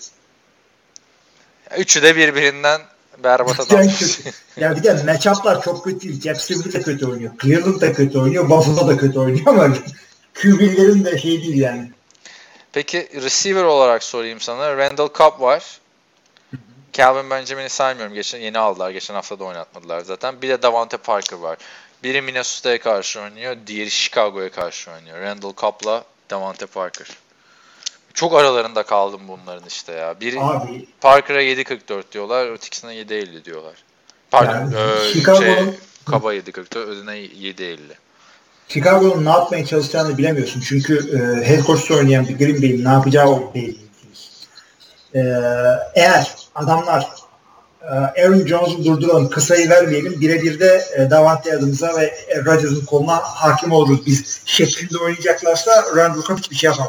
Üçü de birbirinden berbat adam. Ya bir de matchup'lar çok kötü değil. Jacksonville de kötü oynuyor. Cleveland da kötü oynuyor. Buffalo da kötü oynuyor ama Q B'lerin de şey değil yani. Peki receiver olarak sorayım sana. Randall Cobb var. Hı hı. Calvin Benjamin'i saymıyorum. Geçen yeni aldılar. Geçen hafta da oynatmadılar zaten. Bir de Davante Parker var. Biri Minnesota'ya karşı oynuyor. Diğeri Chicago'ya karşı oynuyor. Randall Cobb'la Davante Parker. Çok aralarında kaldım bunların işte ya. Biri Abi, Parker'a yedi kırk dört diyorlar. Ötekisine yedi elli diyorlar. Pardon. Yani, e, şey, Cobb'a yedi kırk dört. Ödüne yedi elli. Chicago'nun ne yapmaya çalışacağını bilemiyorsun. Çünkü e, head coach'ta oynayan bir Green Bay'in ne yapacağı o belli. E, eğer adamlar e, Aaron Jones'u durduralım, kısayı vermeyelim, birebir de e, Davante Adams'a ve Rodgers'ın koluna hakim oluruz biz şeklinde oynayacaklarsa Randall Cobb hiçbir şey yapamaz.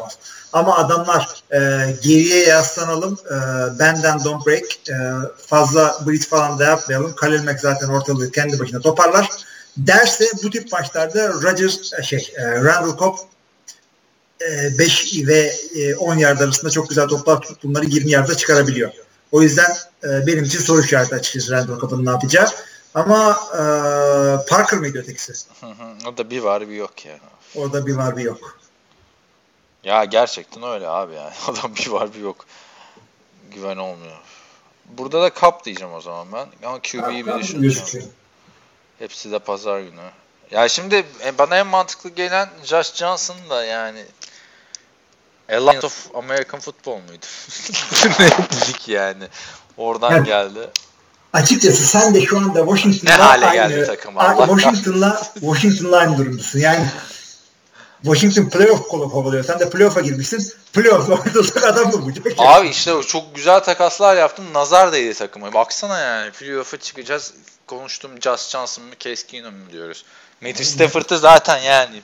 Ama adamlar e, geriye yaslanalım, e, benden don't break, e, fazla blitz falan da yapmayalım. Khalil Mack zaten ortalığı kendi başına toparlar derse bu tip maçlarda Rodgers şey e, Randall Cobb beş ve on yard arasında çok güzel toplar tutup bunları yirmi yarda çıkarabiliyor. O yüzden e, benim için soru işareti açıkçası Randall Cobb'un ne yapacağı. Ama e, Parker mıydı ötekisi? Hı hı, o da bir var bir yok ya. Orada bir var bir yok. Ya gerçekten öyle abi yani. Adam bir var bir yok. Güven olmuyor. Burada da Cup diyeceğim o zaman ben. Ama Q B'yi bir düşüneceğim. Hepsi de pazar günü. Ya şimdi bana en mantıklı gelen Josh Johnson da yani Alliance of American Football muydu? Ne dedik yani. Oradan yani, geldi. Açıkçası sen de şu anda Washington'la ne hale geldi aynı, takım Allah Washington'la Washington'la aynı durumdasın. Yani Washington playoff kolu kovalıyor. Sen de playoff'a girmişsin. Playoff'la oynayacak adam mı bu? Abi işte o çok güzel takaslar yaptım. Nazar değdi takıma. Baksana yani. Playoff'a çıkacağız. Konuştum Josh Johnson mı Case Keenum mu diyoruz. Matthew Stafford'ı zaten yani.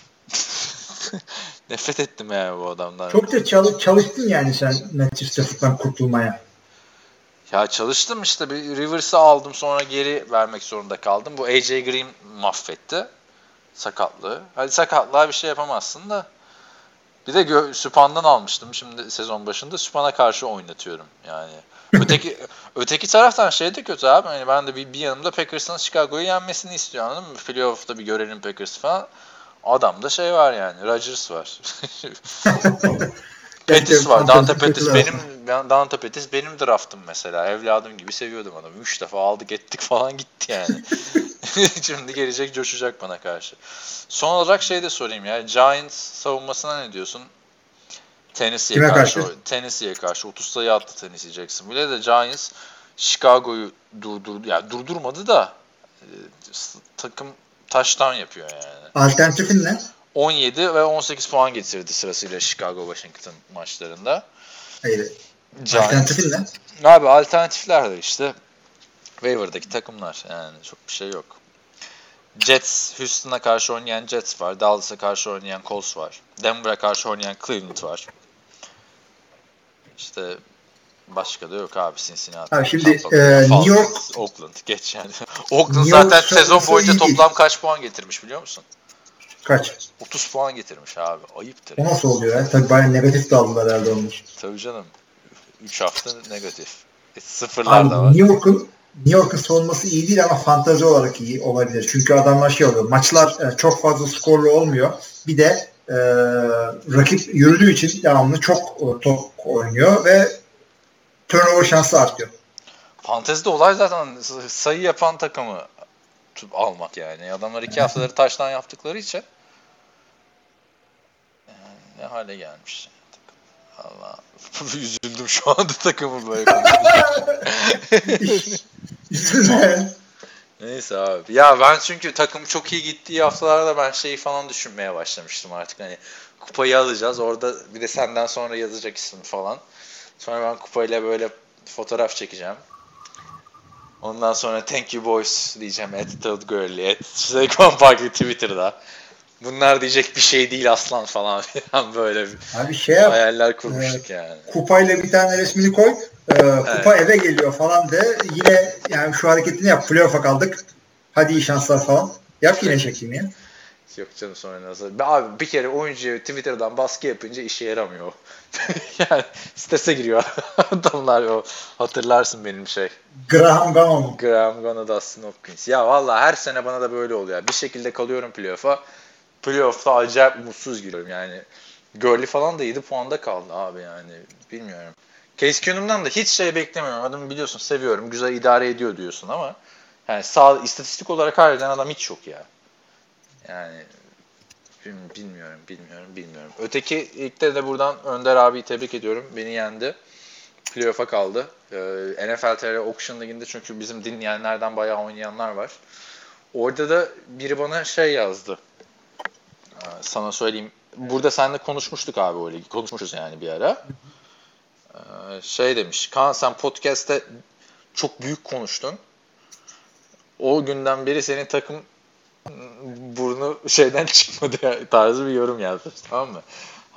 Nefret ettim yani bu adamdan. Çok da çalış, çalıştın yani sen Matthew Stafford'dan kurtulmaya. Ya çalıştım işte. Bir Rivers'ı aldım sonra geri vermek zorunda kaldım. Bu A J Green mahvetti. Sakatlığı. Hadi sakatlığa bir şey yapamazsın da. Bir de gö- Süphan'dan almıştım şimdi sezon başında. Süphan'a karşı oynatıyorum yani. Öteki öteki taraftan şey de kötü abi. Yani ben de bir, bir yanımda Packers'ın Chicago'yu yenmesini istiyorum, anladın mı? Playoff'ta bir görelim Packers falan. Adamda şey var yani. Rodgers var. Pettis var. Dante Pettis benim Dante Pettis benim draftım mesela. Evladım gibi seviyordum adamı. Üç defa aldık ettik falan gitti yani. Şimdi gelecek coşacak bana karşı. Son olarak şey de sorayım ya. Giants savunmasına ne diyorsun? Tennessee'ye karşı, karşı? Tennessee'ye karşı otuz sayı attı Tennessee Jacksonville'e de Giants Chicago'yu durdurdu. Yani durdurmadı da e, takım touchdown yapıyor yani. Alternatifin ne? on yedi ve on sekiz puan getirdi sırasıyla Chicago Washington maçlarında. Hayır. Alternatifin ne? Abi alternatifler de işte waiver'daki takımlar yani çok bir şey yok. Jets, Houston'a karşı oynayan Jets var. Dallas'a karşı oynayan Colts var. Denver'a karşı oynayan Cleveland var. İşte başka da yok abi. Cincinnati. Abi şimdi e, New York, Oakland geç yani. Oakland zaten sezon boyunca toplam kaç puan getirmiş biliyor musun? Kaç? otuz puan getirmiş abi. Ayıptır. O nasıl oluyor ya? Tabii bayağı negatif de aldılar herhalde olmuş. Tabii canım. üç hafta negatif. E, sıfırlar abi, da var. New York'un New York'un savunması iyi değil ama fantazi olarak iyi olabilir. Çünkü adamlar şey oluyor. Maçlar e, çok fazla skorlu olmuyor. Bir de e, rakip yürüdüğü için devamlı çok e, top oynuyor ve turnover şansı artıyor. Fantezide olay zaten sayı yapan takımı almak yani. Adamlar iki haftaları taştan yaptıkları için yani ne hale gelmiş. Allah üzüldüm şu anda takımı böyle konuşuyor. Neyse abi. Ya ben çünkü takım çok iyi gittiği haftalarda ben şeyi falan düşünmeye başlamıştım artık. Hani kupayı alacağız. Orada bir de senden sonra yazacak isim falan. Sonra ben kupayla böyle fotoğraf çekeceğim. Ondan sonra thank you boys diyeceğim. At Todd Gurley. At Saquon Barkley Twitter'da. Bunlar diyecek bir şey değil aslan falan filan böyle abi şey yap, hayaller kurmuştuk e, yani. Kupayla bir tane resmini koy. E, kupa evet. Eve geliyor falan de. Yine yani şu hareketini yap. Playoff'a kaldık. Hadi iyi şanslar falan. Yap yine şeklini ya. Yok canım sonra nasıl. Abi bir kere oyuncuya Twitter'dan baskı yapınca işe yaramıyor. Yani strese giriyor adamlar o. Hatırlarsın benim şey. Graham Gano mu? Graham Gano, Dustin Hopkins. Ya valla her sene bana da böyle oluyor. Bir şekilde kalıyorum playoff'a. Playoff'ta acayip mutsuz giriyorum yani. Gurley falan da yedi puanda kaldı abi yani. Bilmiyorum. Case Keenum'dan da hiç şey beklemiyorum. Adamı biliyorsun seviyorum. Güzel idare ediyor diyorsun ama yani sağ istatistik olarak harbiden adam hiç yok ya. Yani bilmiyorum, bilmiyorum, bilmiyorum. Öteki ilkte de buradan Önder abiyi tebrik ediyorum. Beni yendi. Playoff'a kaldı. Ee, N F L T R Auction Ligi'nde çünkü bizim dinleyenlerden bayağı oynayanlar var. Orada da biri bana şey yazdı. Ee, sana söyleyeyim. Burada seninle konuşmuştuk abi o ligi. Konuşmuşuz yani bir ara. Ee, şey demiş. Kaan sen podcast'te çok büyük konuştun. O günden beri senin takım burnu şeyden çıkmadı tarzı bir yorum yazmış, tamam mı?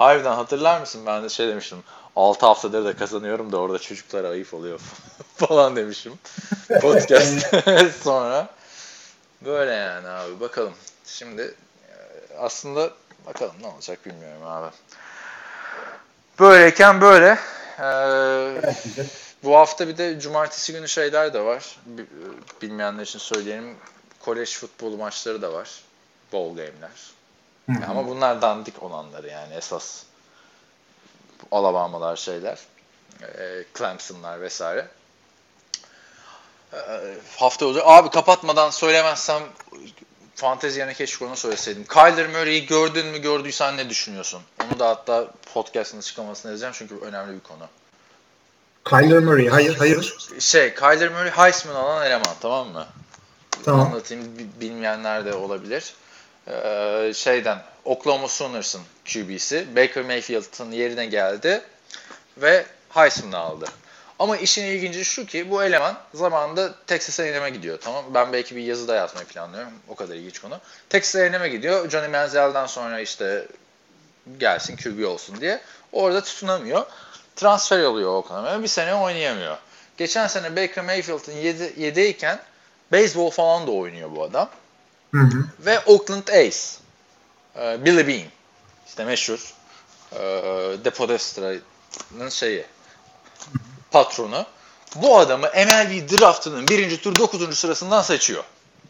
Harbiden hatırlar mısın? Ben de şey demiştim. altı haftadır da kazanıyorum da orada çocuklara ayıp oluyor falan demişim. Podcast sonra. Böyle yani abi. Bakalım. Şimdi aslında bakalım ne olacak bilmiyorum abi. Böyleyken böyle. Ee, bu hafta bir de cumartesi günü şeyler de var. Bilmeyenler için söyleyelim. Kolej futbolu maçları da var. Bowl game'ler. Hı hı. Ama bunlar dandik olanları yani esas. Alabama'lar şeyler. E, Clemson'lar vesaire. E, hafta olacak. Abi kapatmadan söylemezsem fantezi yerine keşke onu söyleseydim. Kyler Murray'i gördün mü, gördüysen ne düşünüyorsun? Onu da hatta podcast'ın açıklamasını yazacağım çünkü önemli bir konu. Kyler Murray, hayır, hayır. Şey, Kyler Murray Heisman alan eleman, tamam mı? Tamam. Anlatayım, bilmeyenler de olabilir. Ee, şeyden, Oklahoma Sooners'ın Q B'si Baker Mayfield'ın yerine geldi ve Heisman'ı aldı. Ama işin ilginci şu ki bu eleman zamanında Texas A and M'e gidiyor. Tamam, ben belki bir yazıda yazmayı planlıyorum. O kadar ilginç konu. Texas A and M'e gidiyor. Johnny Manziel'den sonra işte gelsin Q B olsun diye. Orada tutunamıyor. Transfer oluyor Oklahoma'ya. Bir sene oynayamıyor. Geçen sene Baker Mayfield'ın yede- yedeğiyken beyzbol falan da oynuyor bu adam. Hı hı. Ve Oakland A's. Ee, Billy Beane. İşte meşhur. Ee, De Podestra'nın şeyi. Patronu. Bu adamı M L B draftının birinci tur dokuzuncu sırasından seçiyor.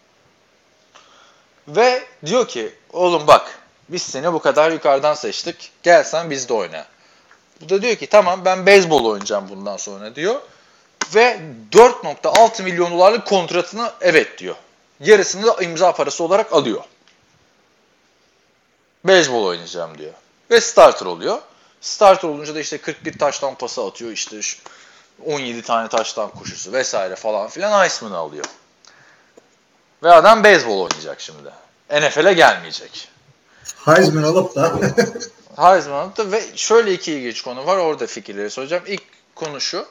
Ve diyor ki oğlum bak biz seni bu kadar yukarıdan seçtik. Gel sen bizde oyna. Bu da diyor ki tamam ben beyzbol oynayacağım bundan sonra diyor. Ve dört nokta altı milyon dolarlık kontratını evet diyor. Yarısını da imza parası olarak alıyor. Beyzbol oynayacağım diyor. Ve starter oluyor. Starter olunca da işte kırk bir taştan pası atıyor. İşte on yedi tane taştan koşusu vesaire falan filan Heisman'ı alıyor. Ve adam beyzbol oynayacak şimdi. N F L'e gelmeyecek. Heisman alıp da Heisman alıp da ve şöyle iki ilginç konu var. Orada fikirleri soracağım. İlk konu şu.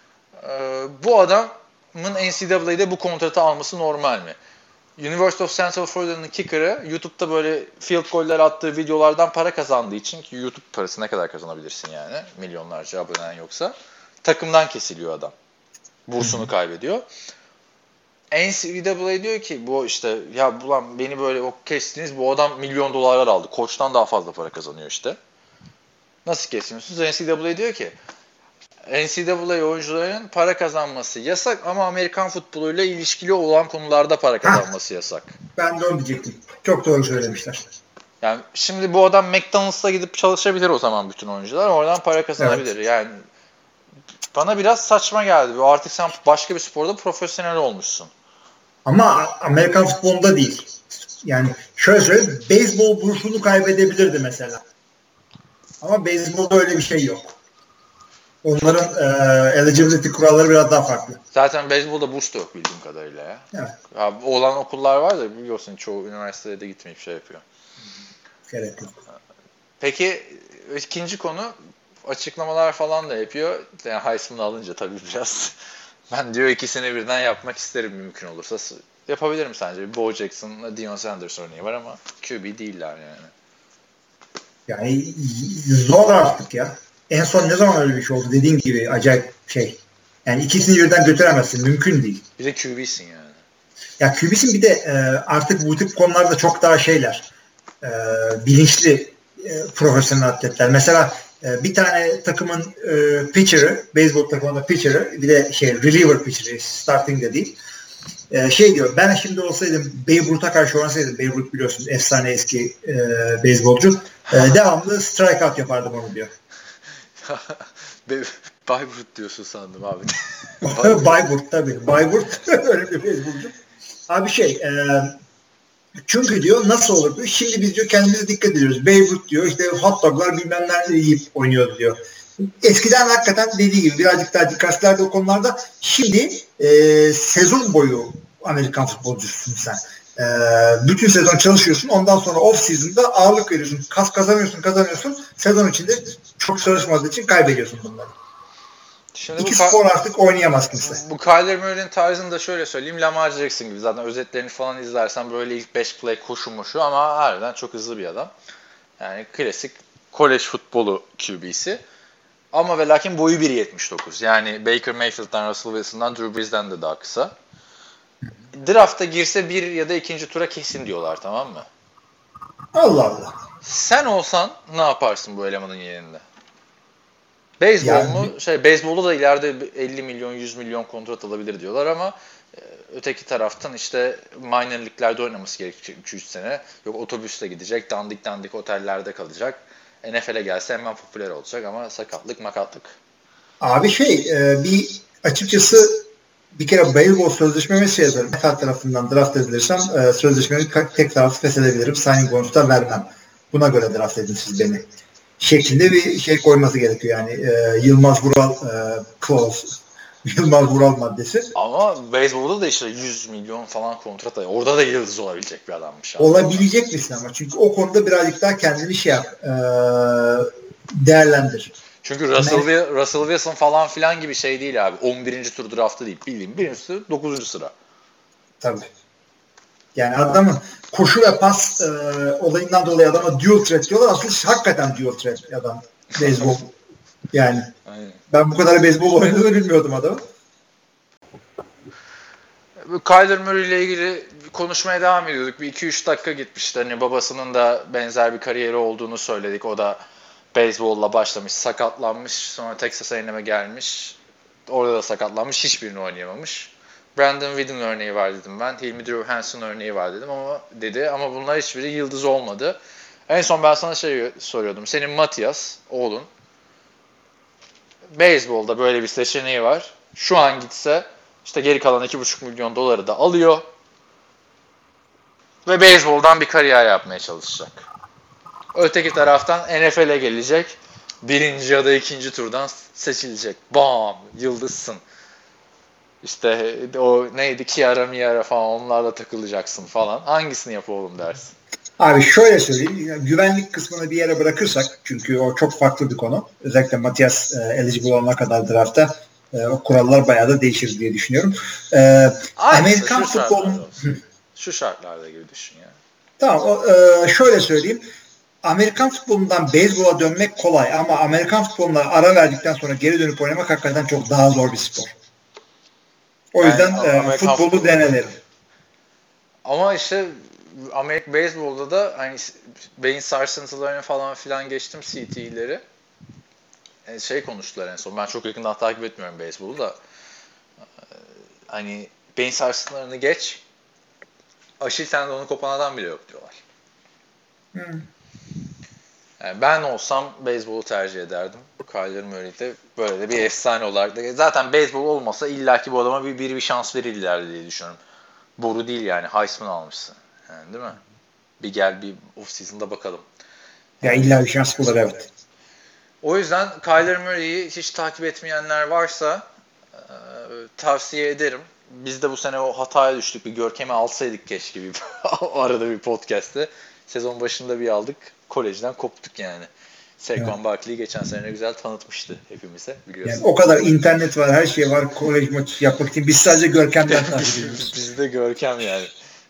Bu adamın N C A A'de bu kontratı alması normal mi? University of Central Florida'nın kicker'ı YouTube'da böyle field goller attığı videolardan para kazandığı için ki YouTube parası ne kadar kazanabilirsin yani milyonlarca abonen yoksa takımdan kesiliyor adam. Bursunu kaybediyor. N C A A diyor ki bu işte ya ulan beni böyle o kestiniz bu adam milyon dolarlar aldı. Koçtan daha fazla para kazanıyor işte. Nasıl kesiyorsunuz? N C A A diyor ki N C A A oyuncuların para kazanması yasak ama Amerikan futboluyla ilişkili olan konularda para kazanması ha, yasak. Ben de onu diyecektim. Çok doğru söylemişler. Yani şimdi bu adam McDonald's'a gidip çalışabilir o zaman bütün oyuncular. Oradan para kazanabilir. Evet. Yani bana biraz saçma geldi. Artık sen başka bir sporda profesyonel olmuşsun. Ama Amerikan futbolunda değil. Yani şöyle söyleyeyim. Beyzbol bursunu kaybedebilirdi mesela. Ama beyzbolda öyle bir şey yok. Onların e, eligibility kuralları biraz daha farklı. Zaten beyzbolda burs da yok bildiğim kadarıyla ya. Evet. Ya olan okullar var da biliyorsun çoğu üniversitede de gitmeyip şey yapıyor. Gerek yok. Peki ikinci konu açıklamalar falan da yapıyor. Yani Heisman'ı alınca tabii biraz. Ben diyor ikisini birden yapmak isterim mümkün olursa. Yapabilirim sence. Bo Jackson'la Deion Sanders örneği var ama Q B değiller yani. Yani zor artık ya. En son ne zaman öyle bir şey oldu? Dediğin gibi acayip şey. Yani ikisini birden götüremezsin. Mümkün değil. Bir de Q B'sin yani. Ya Q B'sin bir de e, artık bu tip konularda çok daha şeyler. E, bilinçli e, profesyonel atletler. Mesela e, bir tane takımın e, pitcher'ı, beyzbol takımında pitcher'ı, bir de şey reliever pitcher'ı, starting de değil. E, şey diyor, ben şimdi olsaydım Babe Ruth'a karşı oynasaydım, Babe Ruth biliyorsun efsane eski e, beyzbolcu, e, devamlı strikeout yapardım onu diyor. Bayburt diyorsun sandım abi. Bayburt tabii. Bayburt öyle bir beyzbolcu. Abi şey e, çünkü diyor nasıl olur diyor. Şimdi biz diyor kendimize dikkat ediyoruz. Bayburt diyor işte hot doglar bilmem nerede yiyip oynuyordu diyor. Eskiden hakikaten dediği gibi birazcık daha dikkatlilerdi o konularda. Şimdi e, sezon boyu Amerikan futbolcusun sen. E, bütün sezon çalışıyorsun. Ondan sonra off season'da ağırlık veriyorsun. Kas kazanıyorsun kazanıyorsun. Sezon içinde çok çalışmadığı için kaybediyorsun bunları. Şimdi İki spor artık oynayamaz kimse. Bu Kyler Murray'nin tarzını da şöyle söyleyeyim. Lamar Jackson gibi zaten özetlerini falan izlersen böyle ilk beş play koşu moşu ama harbiden çok hızlı bir adam. Yani klasik kolej futbolu Q B'si. Ama ve lakin boyu bir yetmiş dokuz. Yani Baker Mayfield'dan, Russell Wilson'dan, Drew Brees'den de daha kısa. Draft'a girse bir ya da ikinci tura kesin diyorlar, tamam mı? Allah Allah. Sen olsan ne yaparsın bu elemanın yerinde? Beyzbol yani, mu? Şey, beyzbolda da ileride elli milyon, yüz milyon kontrat alabilir diyorlar ama öteki taraftan işte minor liglerde oynaması gerekecek iki üç sene. Yok otobüsle gidecek, dandik dandik otellerde kalacak. N F L'e gelse hemen popüler olacak ama sakatlık makatlık. Abi şey e, bir açıkçası bir kere beyzbol sözleşmemi şey yaparım. N F L tarafından draft edilirsem e, sözleşmemi tek taraflı feshedebilirim. Signing bonus'ta vermem. Buna göre draft edin siz beni. Şeklinde bir şey koyması gerekiyor yani. E, Yılmaz Vural e, clause. Yılmaz Vural maddesi. Ama beyzbolda da işte yüz milyon falan kontrat alıyor. Orada da yıldız olabilecek bir adammış. Olabilecek misin ama? Çünkü o konuda birazcık daha kendini şey yap. E, değerlendir. Çünkü Russell, ne? Russell Wilson falan filan gibi şey değil abi. on birinci tur draftı değil. Bildiğim birinci tur dokuzuncu sıra. Tabii. Yani adamın koşu ve pas e, olayından dolayı adama dual threat diyorlar. Aslında hakikaten dual threat adam. Beyzbol. Yani. Aynen. Ben bu kadar beyzbol oynadığını bilmiyordum adamın. Kyler Murray ile ilgili konuşmaya devam ediyorduk. Bir iki üç dakika gitmişti. Hani babasının da benzer bir kariyeri olduğunu söyledik. O da beyzbolla başlamış, sakatlanmış. Sonra Texas A and M'e gelmiş. Orada da sakatlanmış. Hiçbirini oynayamamış. Brandon Whedon örneği var dedim ben. Hilmi Drew Hansen örneği var dedim ama dedi. Ama bunlar hiçbiri yıldız olmadı. En son ben sana şey soruyordum. Senin Matias, oğlun. Beyzbolda böyle bir seçeneği var. Şu an gitse işte geri kalan iki buçuk milyon doları da alıyor. Ve beyzboldan bir kariyer yapmaya çalışacak. Öteki taraftan N F L'e gelecek. Birinci ya da ikinci turdan seçilecek. Bam! Yıldızsın. İşte o neydi? Kiara Miara falan onlarla takılacaksın falan. Hangisini yap oğlum dersin? Abi şöyle söyleyeyim. Güvenlik kısmını bir yere bırakırsak çünkü o çok farklı bir konu. Özellikle Matias e, eligible olana kadar draftta e, o kurallar bayağı da değişir diye düşünüyorum. E, Amerikan şu futbolunun şu şartlarda gibi düşün yani. Tamam. O, e, şöyle söyleyeyim. Amerikan futbolundan beyzbola dönmek kolay ama Amerikan futboluna ara verdikten sonra geri dönüp oynamak hakikaten çok daha zor bir spor. O yüzden yani, e, futbolu futbolu denenelim. Ama işte Amerika beyzbolda da hani beyin sarsıntılarını falan filan geçtim C T'leri. Yani şey konuştular en son. Ben çok yakından takip etmiyorum beyzbolu da. Hani beyin sarsıntılarını geç. Aşil tendonu kopan adam bile yok diyorlar. Hmm. Yani ben olsam beyzbolu tercih ederdim. Kyler Murray de böyle de bir efsane olarak da. Zaten beyzbol olmasa illaki bu adama bir, bir, bir şans verirler diye düşünüyorum. Boru değil yani. Heisman almışsın. Yani değil mi? Bir gel bir off-season'da bakalım. Ya illa bir şans bulur evet. O yüzden Kyler Murray'i hiç takip etmeyenler varsa e, tavsiye ederim. Biz de bu sene o hataya düştük. Bir Görkem'i alsaydık keşke bir arada bir podcast'te. Sezon başında bir aldık. Kolejden koptuk yani. Saquon evet. Barkley'i geçen sene güzel tanıtmıştı hepimize biliyorsun. Yani o kadar internet var, her şey var kolej maçı yapmak için. Biz sadece Görkem'den takip ediyoruz. Biz de Görkem yani.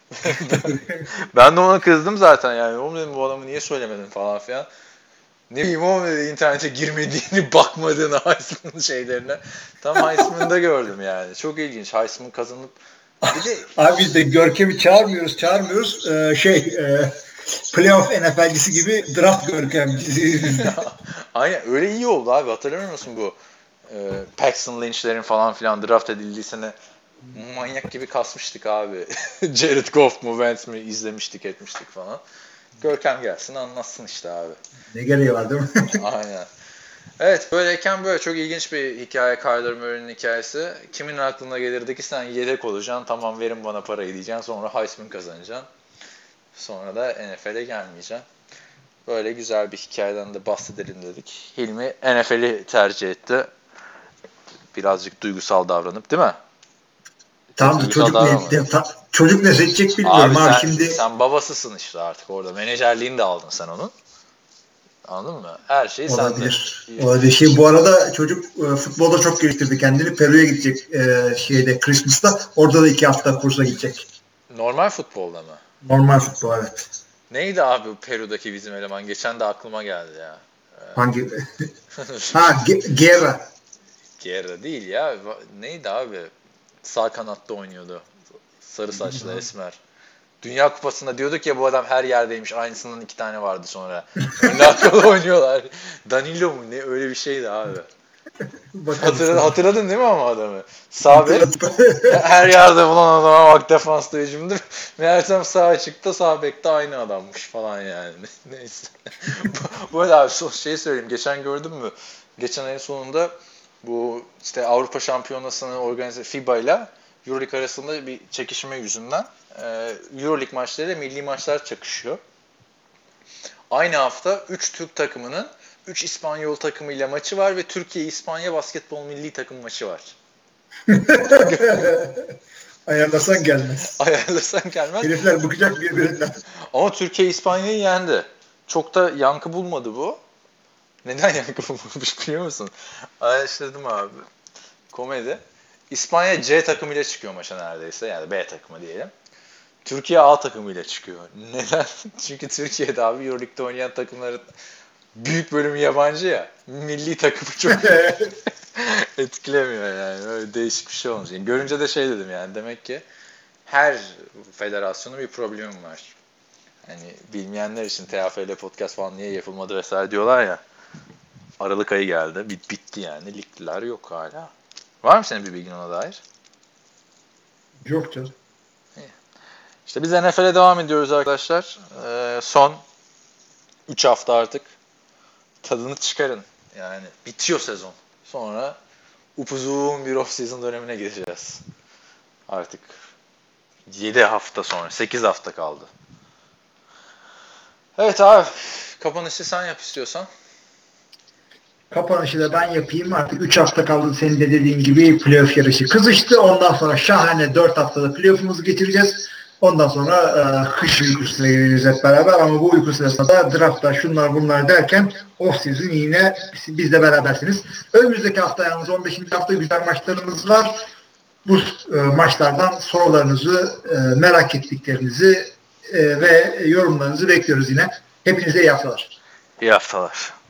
Ben de ona kızdım zaten yani. Oğlum dedim bu adamı niye söylemedin falan filan. Ne bileyim oğlum dedi internete girmediğini, bakmadığını Heisman şeylerine. Tam Heisman'da gördüm yani. Çok ilginç. Heisman kazanıp bir de... Abi biz de Görkem'i çağırmıyoruz, çağırmıyoruz. Ee, şey, e, playoff N F L'cisi gibi draft Görkem'cisi. Aynen öyle iyi oldu abi. Hatırlamıyor musun bu e, Paxton Lynch'lerin falan filan draft edildiği sene manyak gibi kasmıştık abi. Jared Goff mu Wentz mi izlemiştik etmiştik falan. Görkem gelsin anlatsın işte abi. Ne gereği var değil mi? Aynen. Evet böyleyken böyle çok ilginç bir hikaye Kyler Murray'nin hikayesi. Kimin aklına gelirdi ki sen yedek olacaksın tamam verin bana parayı diyeceksin sonra Heisman kazanacaksın. Sonra da N F L'e gelmeyeceksin. Böyle güzel bir hikayeden de bahsedelim dedik. Hilmi N F L'i tercih etti. Birazcık duygusal davranıp değil mi? Tamam da çocuk ne, ta, çocuk ne seçecek bilmiyorum abi, abi sen, şimdi. Sen babasısın işte artık orada. Menajerliğini de aldın sen onun. Anladın mı? Her şey olabilir. Sende. Olabilir. Şey, bu arada çocuk e, futbolda çok geliştirdi kendini. Peru'ya gidecek e, şeyde Christmas'ta. Orada da iki hafta kursa gidecek. Normal futbolda mı? Normal futbol evet. Neydi abi Peru'daki bizim eleman? Geçen de aklıma geldi ya. Hangi? ha Ge- Guerra. Guerra değil ya. Neydi abi? Sağ kanatta oynuyordu. Sarı saçlı Hı-hı. esmer. Dünya Kupası'nda diyorduk ya bu adam her yerdeymiş. Aynısından iki tane vardı sonra. Önde arkalı oynuyorlar. Danilo mu ne öyle bir şeydi abi. Hatırladın, hatırladın değil mi ama adamı? Sağ bek. Her yerde bulan adama bak defansta hücumda. Meğersem sağ açıkta sağ bekte aynı adammış falan yani. Neyse. Bu arada abi son şeyi söyleyeyim. Geçen gördün mü? Geçen ayın sonunda bu işte Avrupa Şampiyonası'nın organize FIBA ile EuroLeague arasında bir çekişme yüzünden EuroLeague maçlarıyla milli maçlar çakışıyor. Aynı hafta üç Türk takımının üç İspanyol takımıyla maçı var ve Türkiye-İspanya basketbol milli takım maçı var. Ayarlasan gelmez. Ayarlasan gelmez. Herifler bakacak birbirinden. Ama Türkiye İspanya'yı yendi. Çok da yankı bulmadı bu. Neden yankı bulmamış biliyor musun? Araştırdım abi. Komedi. İspanya C takımıyla çıkıyor maça neredeyse. Yani B takımı diyelim. Türkiye A takımıyla çıkıyor. Neden? Çünkü Türkiye'de abi EuroLeague'de oynayan takımların büyük bölümü yabancı ya. Milli takımı çok etkilemiyor yani. Öyle değişik bir şey olmuş. Yani görünce de şey dedim yani. Demek ki her federasyonun bir problemi var. Hani bilmeyenler için T A F L podcast falan niye yapılmadı vesaire diyorlar ya. Aralık ayı geldi. Bit bitti yani. Ligler yok hala. Var mı senin bir bilgin ona dair? Yok canım. İşte biz N F L'e devam ediyoruz arkadaşlar. Ee, son üç hafta artık tadını çıkarın. Yani bitiyor sezon. Sonra upuzun bir off-season dönemine gireceğiz. Artık yedi hafta sonra. sekiz hafta kaldı. Evet abi. Kapanışı sen yap istiyorsan. Kapanışı da ben yapayım. Artık üç hafta kaldı senin de dediğin gibi playoff yarışı kızıştı. Ondan sonra şahane dört haftada playoff'umuzu geçireceğiz. Ondan sonra e, kış uykusuna gireceğiz hep beraber ama bu uyku sırasında draft'ta şunlar bunlar derken off-season yine bizle berabersiniz. Önümüzdeki hafta yalnız on beşinci hafta güzel maçlarımız var. Bu e, maçlardan sorularınızı, e, merak ettiklerinizi e, ve yorumlarınızı bekliyoruz yine. Hepinize iyi haftalar. İyi haftalar.